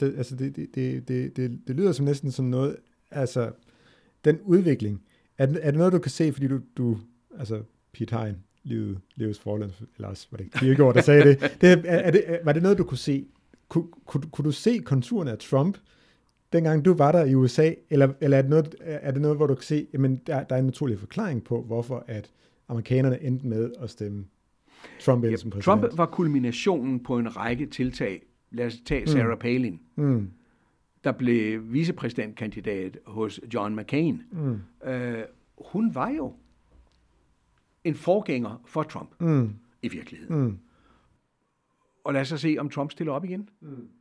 det lyder som næsten som noget, altså den udvikling. Er det noget, du kan se, fordi du altså Piet Hein, livets forlænd, eller også var det ikke Kierkegaard, der sagde det. Var det noget, du kunne se? Kunne du se konturerne af Trump, dengang du var der i USA, eller er det noget, hvor du kan se, jamen der er en naturlig forklaring på, hvorfor at amerikanerne endte med at stemme Trump ind som præsident? Trump var kulminationen på en række tiltag. Lad os tage Sarah Palin, der blev vicepræsidentkandidat hos John McCain. Hun var jo en forgænger for Trump i virkeligheden. Og lad os så se, om Trump stiller op igen.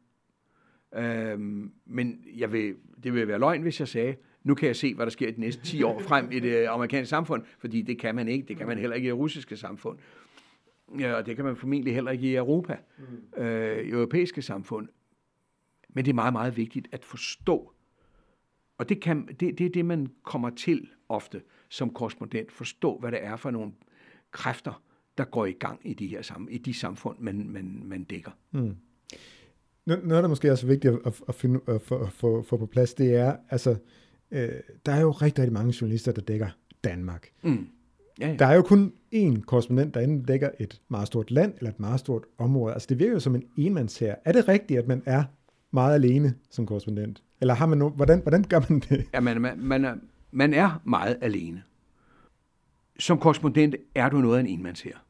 Men det vil være løgn, hvis jeg sagde, nu kan jeg se, hvad der sker de næste 10 år frem i det amerikanske samfund, fordi det kan man ikke. Det kan man heller ikke i det russiske samfund. Ja, og det kan man formentlig heller ikke i Europa, i europæiske samfund. Men det er meget, meget vigtigt at forstå. Og det er det, man kommer til ofte som korrespondent. Forstå, hvad det er for nogle kræfter, der går i gang i de samfund, man dækker. Mm. Noget, der måske er så vigtigt at få på plads, det er, altså, der er jo rigtig mange journalister, der dækker Danmark. Mm. Ja. Der er jo kun én korrespondent, der enten dækker et meget stort land eller et meget stort område. Altså det virker jo som en enmandshær. Er det rigtigt, at man er meget alene som korrespondent? Eller har man hvordan gør man det? Ja, man er meget alene. Som korrespondent er du noget af en enmandshær.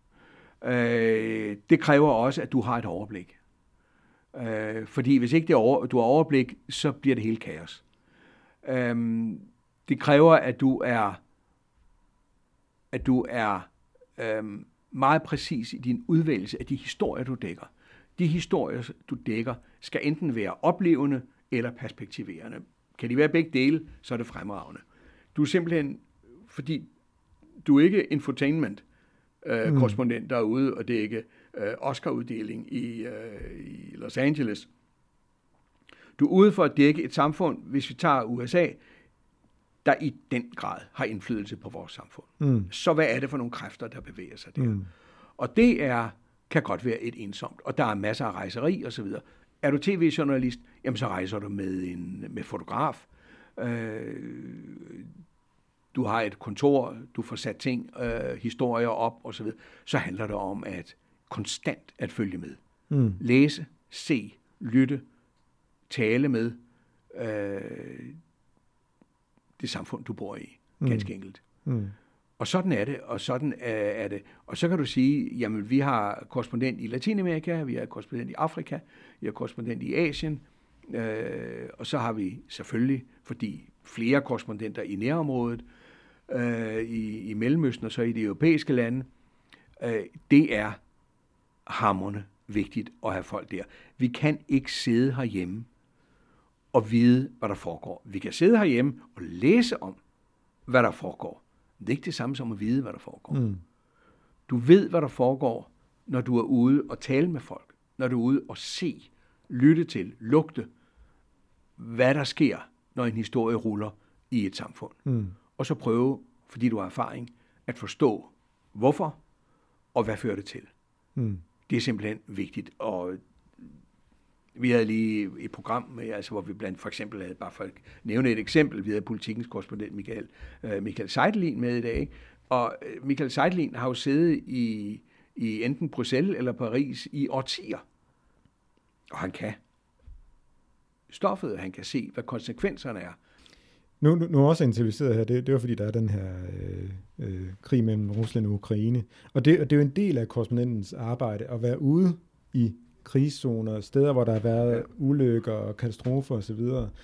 Det kræver også, at du har et overblik. Fordi hvis ikke du har overblik, så bliver det helt kaos. Det kræver, at du er meget præcis i din udvælgelse af de historier, du dækker. De historier, du dækker, skal enten være oplevende eller perspektiverende. Kan de være begge dele, så er det fremragende. Du er simpelthen, fordi du er ikke infotainment korrespondent derude, og det er ikke Oscar-uddeling i Los Angeles. Du er ude for at dække et samfund, hvis vi tager USA, der i den grad har indflydelse på vores samfund. Mm. Så hvad er det for nogle kræfter, der bevæger sig der? Mm. Og det kan godt være et ensomt, og der er masser af rejseri og så videre. Er du tv-journalist, jamen så rejser du med fotograf. Du har et kontor, du får sat ting, historier op og så videre. Så handler det om at konstant at følge med. Mm. Læse, se, lytte, tale med det samfund, du bor i. Ganske enkelt. Mm. Og sådan er det, og sådan er det. Og så kan du sige, jamen vi har korrespondent i Latinamerika, vi har korrespondent i Afrika, vi har korrespondent i Asien, og så har vi selvfølgelig, fordi flere korrespondenter i nærområdet, i Mellemøsten og så i de europæiske lande, det er hamrende vigtigt at have folk der. Vi kan ikke sidde herhjemme og vide, hvad der foregår. Vi kan sidde herhjemme og læse om, hvad der foregår. Det er ikke det samme som at vide, hvad der foregår. Mm. Du ved, hvad der foregår, når du er ude og tale med folk. Når du er ude og se, lytte til, lugte, hvad der sker, når en historie ruller i et samfund. Mm. Og så prøve, fordi du har erfaring, at forstå, hvorfor og hvad fører det til. Mm. Det er simpelthen vigtigt. Og vi havde lige et program, hvor vi blandt for eksempel havde, bare for at nævne et eksempel, vi havde Politikens korrespondent Michael Seidelin med i dag. Ikke? Og Michael Seidelin har jo siddet i enten Bruxelles eller Paris i årtier. Og han kan stoffet, han kan se, hvad konsekvenserne er. Nu også interesseret her, det var fordi, der er den her krig mellem Rusland og Ukraine. Og det er jo en del af korrespondentens arbejde at være ude i krigszoner, steder, hvor der har været ulykker og katastrofer osv.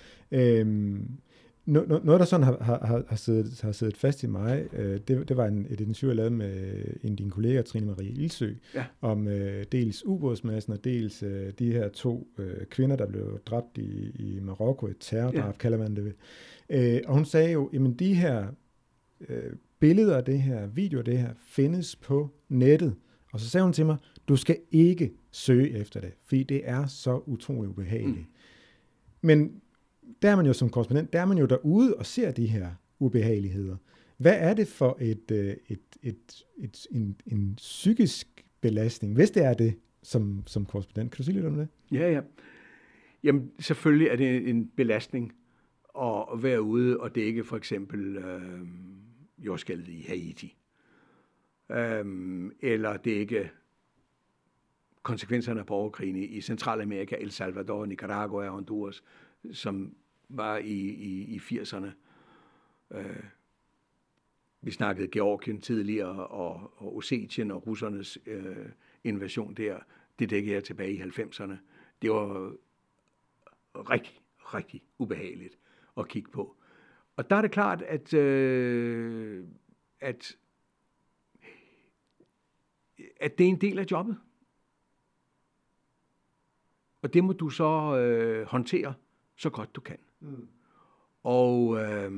Noget, der sådan har siddet fast i mig, det var et interview, jeg lavede med en af dine kolleger, Trine Marie Ildsø, om dels ubådsmassen og dels de her 2 kvinder, der blev dræbt i Marokko, et terrordrab, kalder man det. Og hun sagde jo, jamen de her billeder af det her, videoer af det her, findes på nettet. Og så sagde hun til mig, du skal ikke søge efter det, fordi det er så utroligt ubehageligt. Mm. Men der er man jo som korrespondent, der er man jo derude og ser de her ubehageligheder. Hvad er det for en psykisk belastning, hvis det er det som korrespondent? Kan du sige lidt om det? Ja. Jamen, selvfølgelig er det en belastning at være ude og dække for eksempel jordskælvet i Haiti. Eller dække konsekvenserne af borgerkrigen i Centralamerika, El Salvador, Nicaragua og Honduras, som var i 80'erne. Vi snakkede Georgien tidligere, og Ossetien og russernes invasion der. Det dækkede jeg tilbage i 90'erne. Det var rigtig, rigtig ubehageligt at kigge på. Og der er det klart, at det er en del af jobbet. Og det må du så håndtere så godt du kan. Mm. Og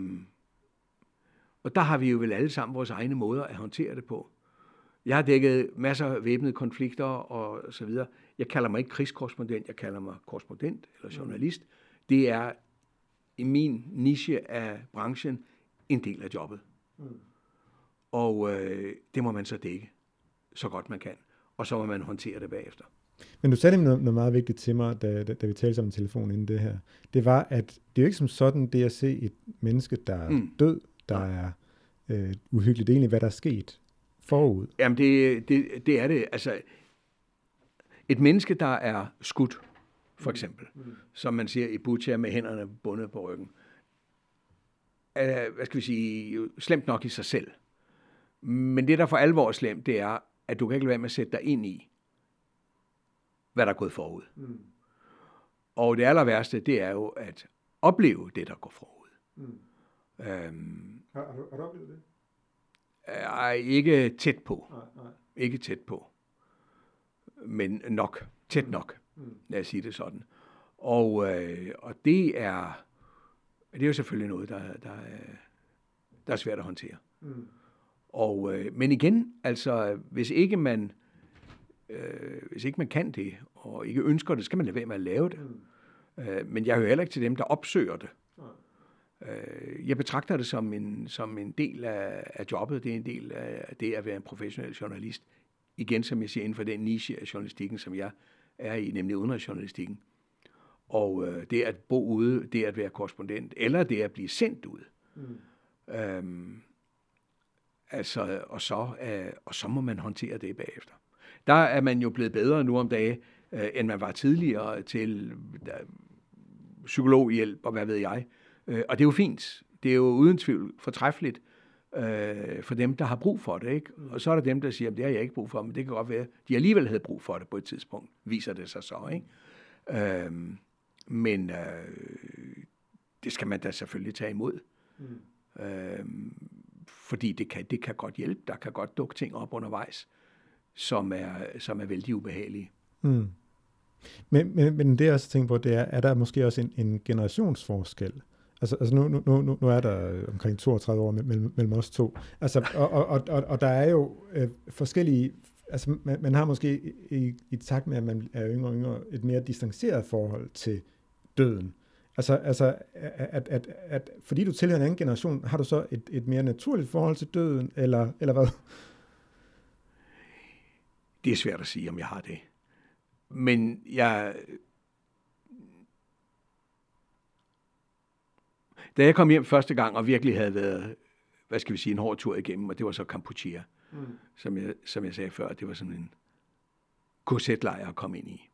der har vi jo vel alle sammen vores egne måder at håndtere det på. Jeg har dækket masser af væbnede konflikter og så videre. Jeg kalder mig ikke krigskorrespondent, jeg kalder mig korrespondent eller journalist. Det er i min niche af branchen en del af jobbet. Mm. Og det må man så dække. så godt man kan, og så må man håndtere det bagefter. Men du sagde noget meget vigtigt til mig, da vi talte sammen i telefon inden det her. Det var, at det er jo ikke som sådan det at se et menneske, der er død, der er uhyggeligt. Det er egentlig, hvad der er sket forud. Jamen, det er det. Altså, et menneske, der er skudt, for eksempel, som man siger i Butja med hænderne bundet på ryggen, er, hvad skal vi sige, slemt nok i sig selv. Men det, der for alvor er slemt, det er, at du kan ikke lade være med at sætte dig ind i, hvad der er gået forud. Og det aller værste, det er jo at opleve det, der går forud. Har du oplevet det? Ikke tæt på. Nej. Ikke tæt på. Men nok. Tæt nok. Lad os sige det sådan. Og det er jo selvfølgelig noget, der er svært at håndtere. Men igen, altså, hvis ikke man kan det, og ikke ønsker det, skal man lade være med at lave det. Men jeg hører heller ikke til dem, der opsøger det. Jeg betragter det som en del af jobbet. Det er en del af det at være en professionel journalist. Igen, som jeg siger, inden for den niche af journalistikken, som jeg er i, nemlig udenrigsjournalistikken. Og det at bo ude, det at være korrespondent, eller det at blive sendt ud. Og så må man håndtere det bagefter. Der er man jo blevet bedre nu om dagen, end man var tidligere til psykologhjælp og hvad ved jeg. Og det er jo fint. Det er jo uden tvivl fortræffeligt for dem, der har brug for det. Ikke? Og så er der dem, der siger, at det har jeg ikke brug for, men det kan godt være, at de alligevel havde brug for det på et tidspunkt. Viser det sig så. Ikke? Men det skal man da selvfølgelig tage imod. Fordi det kan godt hjælpe. Der kan godt dukke ting op undervejs, som er vældig ubehagelige. Men det jeg også tænker på, det er der måske også en generationsforskel? Altså nu er der omkring 32 år mellem os to. Altså, og der er jo forskellige. Altså man har måske i takt med, at man er yngre og yngre, et mere distanceret forhold til døden. Altså at fordi du tilhører en anden generation, har du så et mere naturligt forhold til døden, eller hvad? Det er svært at sige, om jeg har det. Men da jeg kom hjem første gang, og virkelig havde været, hvad skal vi sige, en hård tur igennem, og det var så Kampuchea, som jeg sagde før, det var sådan en korsetlejr at komme ind i.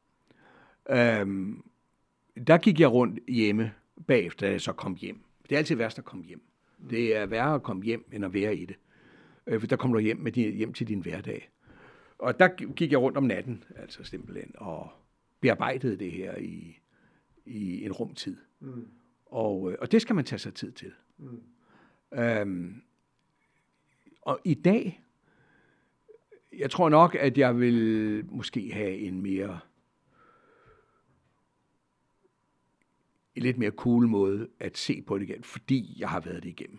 Der gik jeg rundt hjemme bagefter, da jeg så kom hjem. Det er altid værst at komme hjem. Det er værre at komme hjem, end at være i det. For der kommer du hjem til din hverdag. Og der gik jeg rundt om natten, altså simpelthen, og bearbejdede det her i en rumtid. Og det skal man tage sig tid til. Og i dag, jeg tror nok, at jeg vil måske have en lidt mere cool måde at se på det igen, fordi jeg har været det igennem.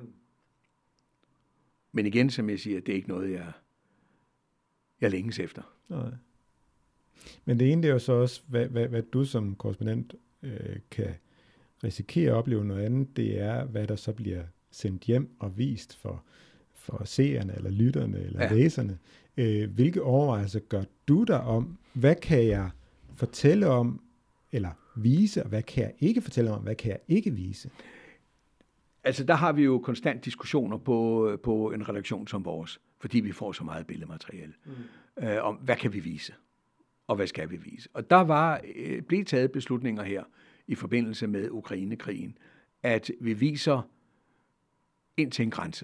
Men igen, som jeg siger, det er ikke noget, jeg længes efter. Nej. Men det ene, det er jo så også, hvad du som korrespondent kan risikere at opleve. Noget andet, det er, hvad der så bliver sendt hjem og vist for seerne, eller lytterne, eller læserne. Hvilke overvejelser gør du der om, hvad kan jeg fortælle om, eller vise, og hvad kan jeg ikke fortælle om, hvad kan jeg ikke vise? Altså, der har vi jo konstant diskussioner på en redaktion som vores, fordi vi får så meget billedmateriale om, hvad kan vi vise, og hvad skal vi vise. Og der blev taget beslutninger her i forbindelse med Ukrainekrigen, at vi viser ind til en grænse.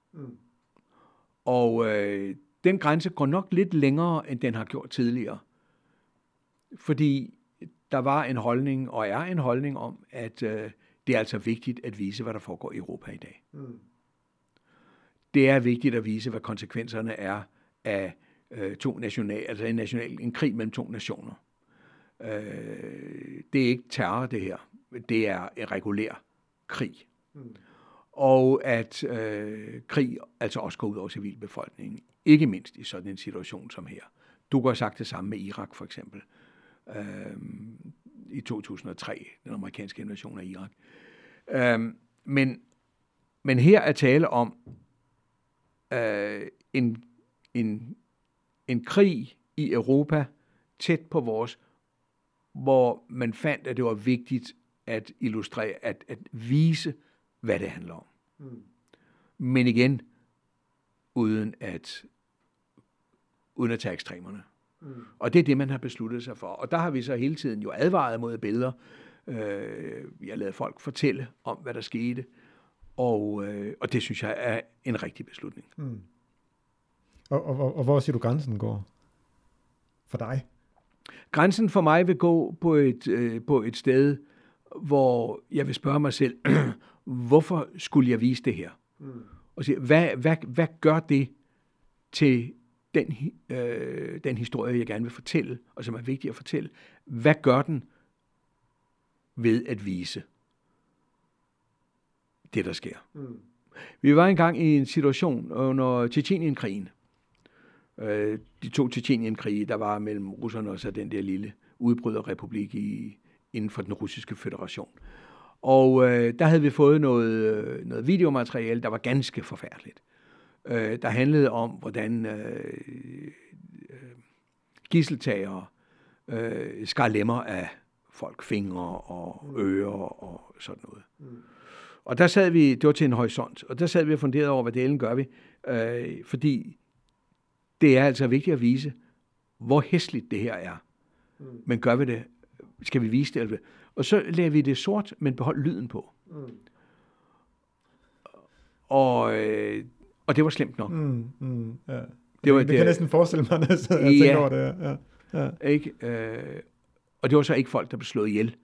Og den grænse går nok lidt længere, end den har gjort tidligere. Fordi der var en holdning, og er en holdning om, at det er altså vigtigt at vise, hvad der foregår i Europa i dag. Det er vigtigt at vise, hvad konsekvenserne er af en krig mellem to nationer. Det er ikke terror, det her. Det er en regulær krig. Og at krig altså også går ud over civilbefolkningen. Ikke mindst i sådan en situation som her. Du har sagt det samme med Irak for eksempel. I 2003, den amerikanske invasion af Irak. Men her er tale om en en krig i Europa, tæt på vores, hvor man fandt, at det var vigtigt at illustrere, at vise, hvad det handler om. Men igen, uden at tage ekstremerne. Og det er det, man har besluttet sig for. Og der har vi så hele tiden jo advaret mod billeder. Vi har ladet folk fortælle om, hvad der skete. Og det synes jeg er en rigtig beslutning. Og hvor siger du, grænsen går for dig? Grænsen for mig vil gå på et sted, hvor jeg vil spørge mig selv, hvorfor skulle jeg vise det her? Og sige, hvad gør det til den historie, jeg gerne vil fortælle, og som er vigtig at fortælle? Hvad gør den ved at vise det, der sker? Vi var engang i en situation under Tjetjenienkrigen. De 2 Tjetjenienkrige, der var mellem russerne og så den der lille udbryderrepublik inden for den russiske føderation. Og der havde vi fået noget videomateriale, der var ganske forfærdeligt. Der handlede om, hvordan gidseltagere skar lemmer af folk, fingre og ører og sådan noget. Og der sad vi, det var til en horisont, og der sad vi og funderede over, hvad delen gør vi, fordi det er altså vigtigt at vise, hvor hæsligt det her er. Men gør vi det? Skal vi vise det? Eller? Og så lader vi det sort, men behold lyden på. Og det var slemt nok. Ja. Det kan næsten forestille mig, når jeg tænker over det. Ja. Ikke? Og det var så ikke folk, der blev slået ihjel.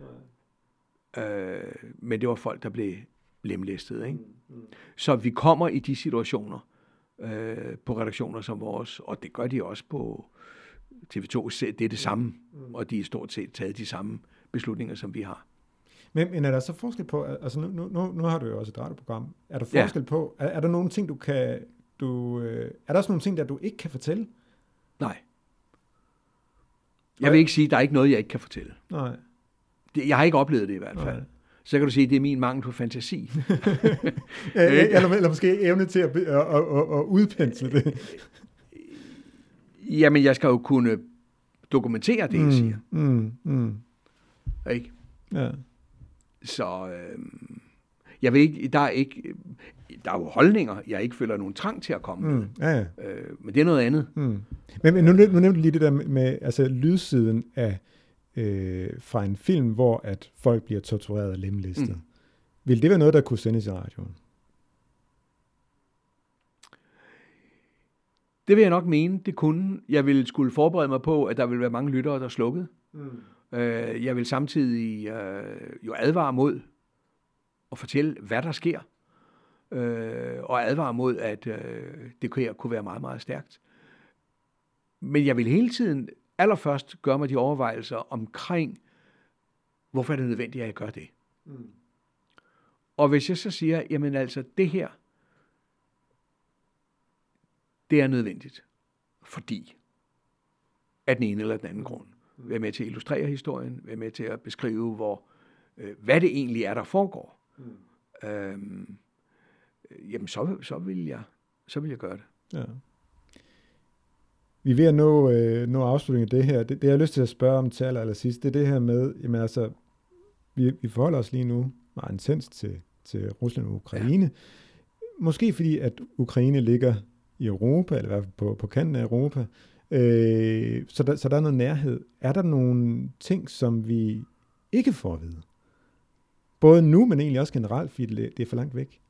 Men det var folk, der blev lemlæstet. Ikke? Så vi kommer i de situationer på redaktioner som vores, og det gør de også på TV2. Det er det samme, og de er stort set taget de samme beslutninger, som vi har. Men er der så forskel på, altså nu har du jo også et radioprogram, er der forskel på, er der nogle ting, er der også nogle ting, der du ikke kan fortælle? Nej. Jeg vil ikke sige, at der er ikke noget, jeg ikke kan fortælle. Nej. Jeg har ikke oplevet det i hvert fald. Nej. Så kan du sige, at det er min mangel på fantasi. eller måske evne til at udpensle det. Jamen, jeg skal jo kunne dokumentere det, jeg siger. Ikke? Ja. Så jeg ved ikke, der er jo holdninger, jeg ikke føler nogen trang til at komme med. Ja. Men det er noget andet. Men nu nævnte du lige det der med altså lydsiden af fra en film, hvor at folk bliver tortureret og lemlæstet. Vil det være noget, der kunne sendes i radioen? Det vil jeg nok mene, det kunne. Jeg ville skulle forberede mig på, at der ville være mange lyttere, der slukkede. Jeg vil samtidig jo advare mod at fortælle, hvad der sker. Og advare mod, at det kunne være meget, meget stærkt. Men jeg vil hele tiden allerførst gøre mig de overvejelser omkring, hvorfor er det nødvendigt, at jeg gør det. Og hvis jeg så siger, jamen altså, det her, det er nødvendigt, fordi af den ene eller den anden grund. Være med til at illustrere historien, være med til at beskrive, hvad det egentlig er, der foregår. Jamen, så vil jeg gøre det. Ja. Vi er ved at nå afslutningen af det her. Det jeg har lyst til at spørge om til allersidst, det er det her med, jamen altså, vi forholder os lige nu meget intens til Rusland og Ukraine. Ja. Måske fordi, at Ukraine ligger i Europa, eller i hvert fald på kanten af Europa, så der er noget nærhed. Er der nogle ting, som vi ikke får at vide? Både nu, men egentlig også generelt, fordi det er for langt væk.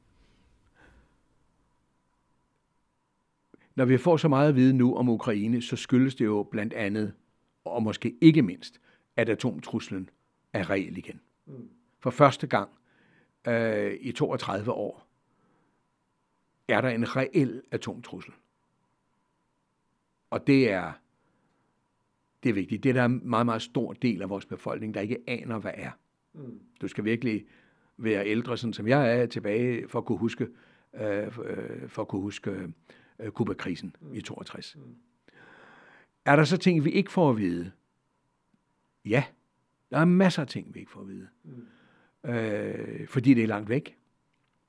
Når vi får så meget at vide nu om Ukraine, så skyldes det jo blandt andet, og måske ikke mindst, at atomtruslen er reel igen. For første gang i 32 år er der en reel atomtrussel. Og det er vigtigt. Det er der en meget, meget stor del af vores befolkning, der ikke aner, hvad er. Du skal virkelig være ældre, sådan som jeg er, tilbage for at kunne huske Kuba-krisen i 62. Er der så ting, vi ikke får at vide? Ja, der er masser af ting, vi ikke får at vide. Fordi det er langt væk.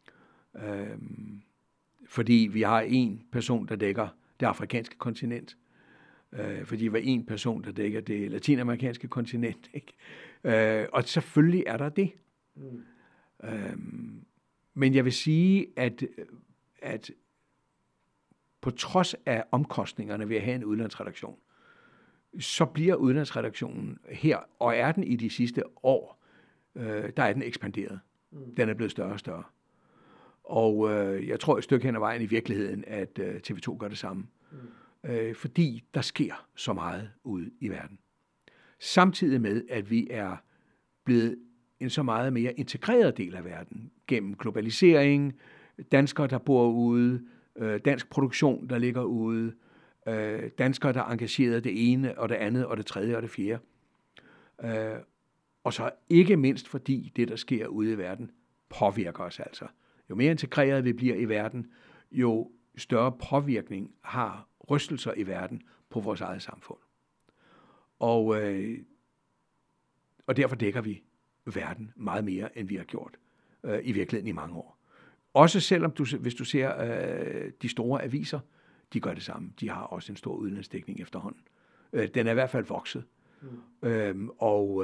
Fordi vi har en person, der dækker det afrikanske kontinent. fordi det var en person, der dækker det latinamerikanske kontinent. Ikke? Og selvfølgelig er der det. Men jeg vil sige, at på trods af omkostningerne ved at have en udlandsredaktion, så bliver udlandsredaktionen her, og er den i de sidste år, der er den ekspanderet. Den er blevet større og større. Og jeg tror et stykke hen ad vejen i virkeligheden, at TV2 gør det samme. Fordi der sker så meget ude i verden. Samtidig med, at vi er blevet en så meget mere integreret del af verden, gennem globalisering, danskere, der bor ude, dansk produktion, der ligger ude, danskere, der er engageret det ene og det andet og det tredje og det fjerde. Og så ikke mindst fordi det, der sker ude i verden, påvirker os altså. Jo mere integreret vi bliver i verden, jo større påvirkning har rystelser i verden på vores eget samfund. Og derfor dækker vi verden meget mere, end vi har gjort i virkeligheden i mange år. Også selvom hvis du ser de store aviser, de gør det samme. De har også en stor udenlandsdækning efterhånden. Den er i hvert fald vokset. Og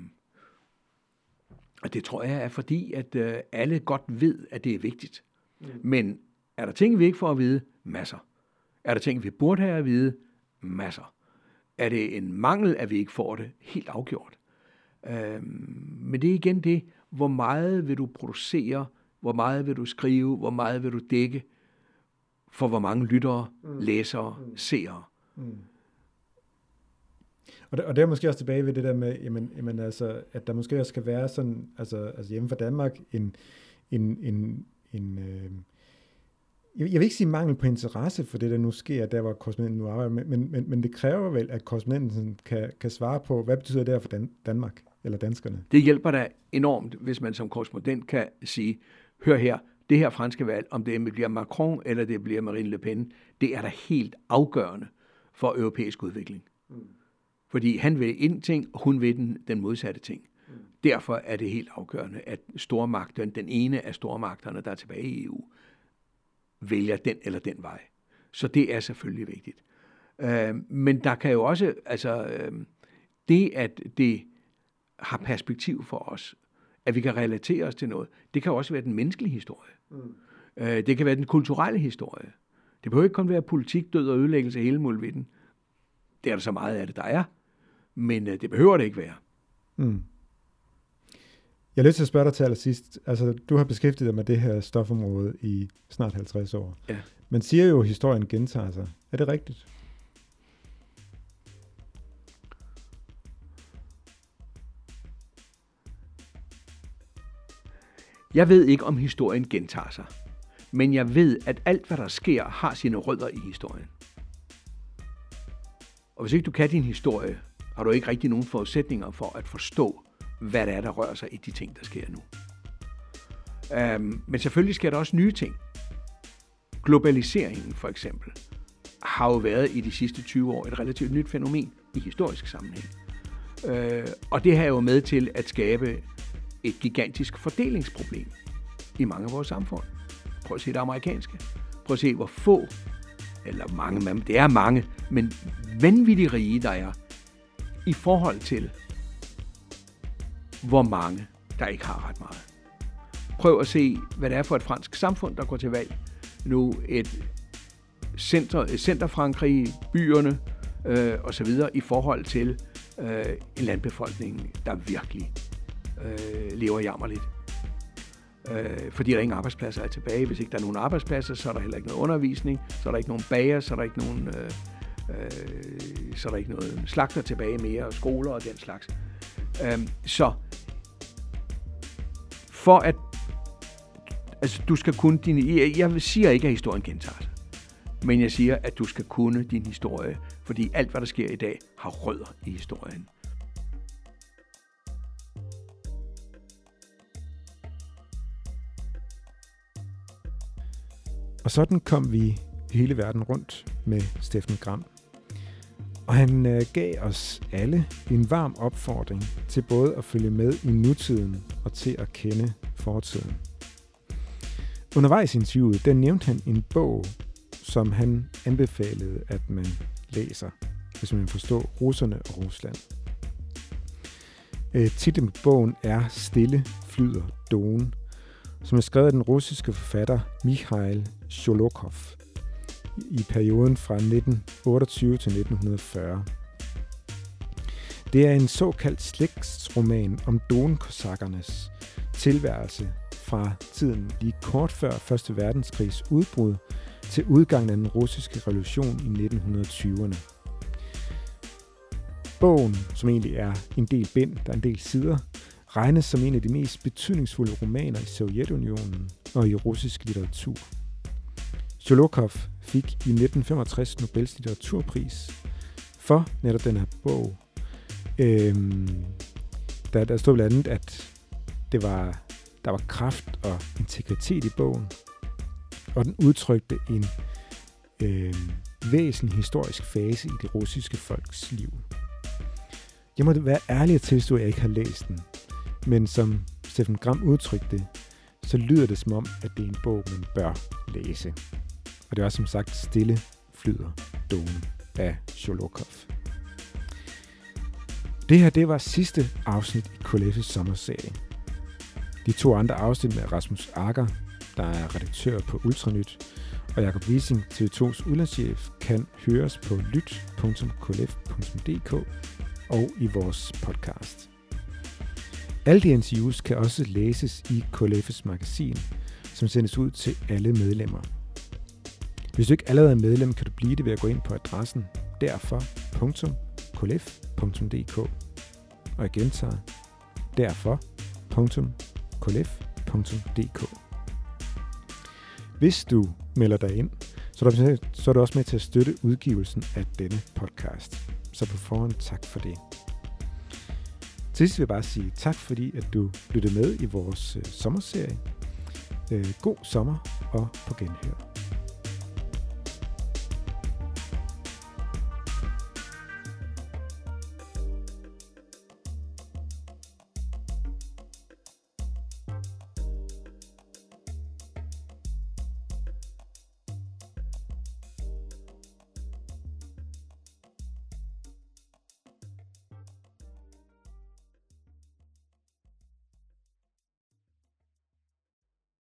det tror jeg er fordi, at alle godt ved, at det er vigtigt. Men er der ting, vi ikke får at vide? Masser. Er der ting, vi burde have at vide? Masser. Er det en mangel, at vi ikke får det? Helt afgjort. Men det er igen det, hvor meget vil du producere, hvor meget vil du skrive, hvor meget vil du dække, for hvor mange lyttere, læsere, seere. Og det er måske også tilbage ved det der med, jamen altså, at der måske også skal være sådan, altså hjemme fra Danmark, jeg vil ikke sige mangel på interesse for det, der nu sker, der hvor korrespondenten nu arbejder, men det kræver vel, at korrespondenten kan svare på, hvad betyder det her for Danmark, eller danskerne? Det hjælper da enormt, hvis man som korrespondent kan sige, hør her, det her franske valg, om det bliver Macron, eller det bliver Marine Le Pen, det er da helt afgørende for europæisk udvikling. Fordi han vil en ting, og hun vil den modsatte ting. Derfor er det helt afgørende, at stormagterne, den ene af stormagterne, der er tilbage i EU, vælger den eller den vej. Så det er selvfølgelig vigtigt. Men der kan jo også, det at det har perspektiv for os, at vi kan relatere os til noget, det kan også være den menneskelige historie. Det kan være den kulturelle historie. Det behøver ikke kun være politik, død og ødelæggelse af hele muligheden. Det er der så meget af det, der er. Men det behøver det ikke være. Jeg har lyst til at spørge dig til allersidst. Altså, du har beskæftiget dig med det her stofområde i snart 50 år. Ja. Man siger jo, at historien gentager sig. Er det rigtigt? Jeg ved ikke, om historien gentager sig. Men jeg ved, at alt, hvad der sker, har sine rødder i historien. Og hvis ikke du kan din historie, har du ikke rigtig nogen forudsætninger for at forstå, hvad det er, der rører sig i de ting, der sker nu. Men selvfølgelig sker der også nye ting. Globaliseringen for eksempel har jo været i de sidste 20 år et relativt nyt fænomen i historisk sammenhæng. Og det har jo med til at skabe et gigantisk fordelingsproblem i mange af vores samfund. Prøv at se det amerikanske. Prøv at se, hvor få, eller mange, det er mange, men vanvittigt rige, der er, i forhold til, hvor mange, der ikke har ret meget. Prøv at se, hvad det er for et fransk samfund, der går til valg. Nu et center-Frankrig, byerne osv. i forhold til en landbefolkning, der virkelig lever jammerligt. Fordi der ingen arbejdspladser er tilbage. Hvis ikke der er nogen arbejdspladser, så er der heller ikke noget undervisning, så er der ikke nogen bager, så er der ikke nogen så er der ikke noget slagter tilbage mere, og skoler og den slags. Så for at du skal kunne jeg siger ikke, at historien gentager sig, men jeg siger, at du skal kunne din historie, fordi alt, hvad der sker i dag, har rødder i historien. Og sådan kom vi hele verden rundt med Steffen Gram. Og han gav os alle en varm opfordring til både at følge med i nutiden og til at kende fortiden. Undervejs i interviewet, der nævnte han en bog, som han anbefalede, at man læser. hvis man vil forstå russerne og Rusland. Titlen på bogen er Stille flyder Don, som er skrevet af den russiske forfatter Mikhail Sholokhov i perioden fra 1928 til 1940. Det er en såkaldt slægtsroman om Don-kosakkernes tilværelse fra tiden lige kort før 1. verdenskrigs udbrud til udgangen af den russiske revolution i 1920'erne. Bogen, som egentlig er en del bind, der er en del sider, regnes som en af de mest betydningsfulde romaner i Sovjetunionen og i russisk litteratur. Sholokhov fik i 1965 Nobels litteraturpris for netop den her bog. Der stod blandt andet, at der var kraft og integritet i bogen, og den udtrykte en væsentlig historisk fase i det russiske folks liv. Jeg må være ærlig at tilstå, at jeg ikke har læst den, men som Steffen Gram udtrykte det, så lyder det som om, at det er en bog, man bør læse. Og det er også som sagt Stille flyder Don af Sholokhov. Det her, det var sidste afsnit i KLF's sommerserie. De 2 andre afsnit med Rasmus Agger, der er redaktør på Ultranyt, og Jakob Wiesing, TV2's udlandschef, kan høres på lyt.klf.dk og i vores podcast. Alle de interviews kan også læses i KLF's magasin, som sendes ud til alle medlemmer. Hvis du ikke allerede er medlem, kan du blive det ved at gå ind på adressen derfor.klf.dk. Og jeg gentager derfor.klf.dk. Hvis du melder dig ind, så er du også med til at støtte udgivelsen af denne podcast. Så på forhånd tak for det. Til sidst vil jeg bare sige tak, fordi at du lyttede med i vores sommerserie. God sommer og på genhør.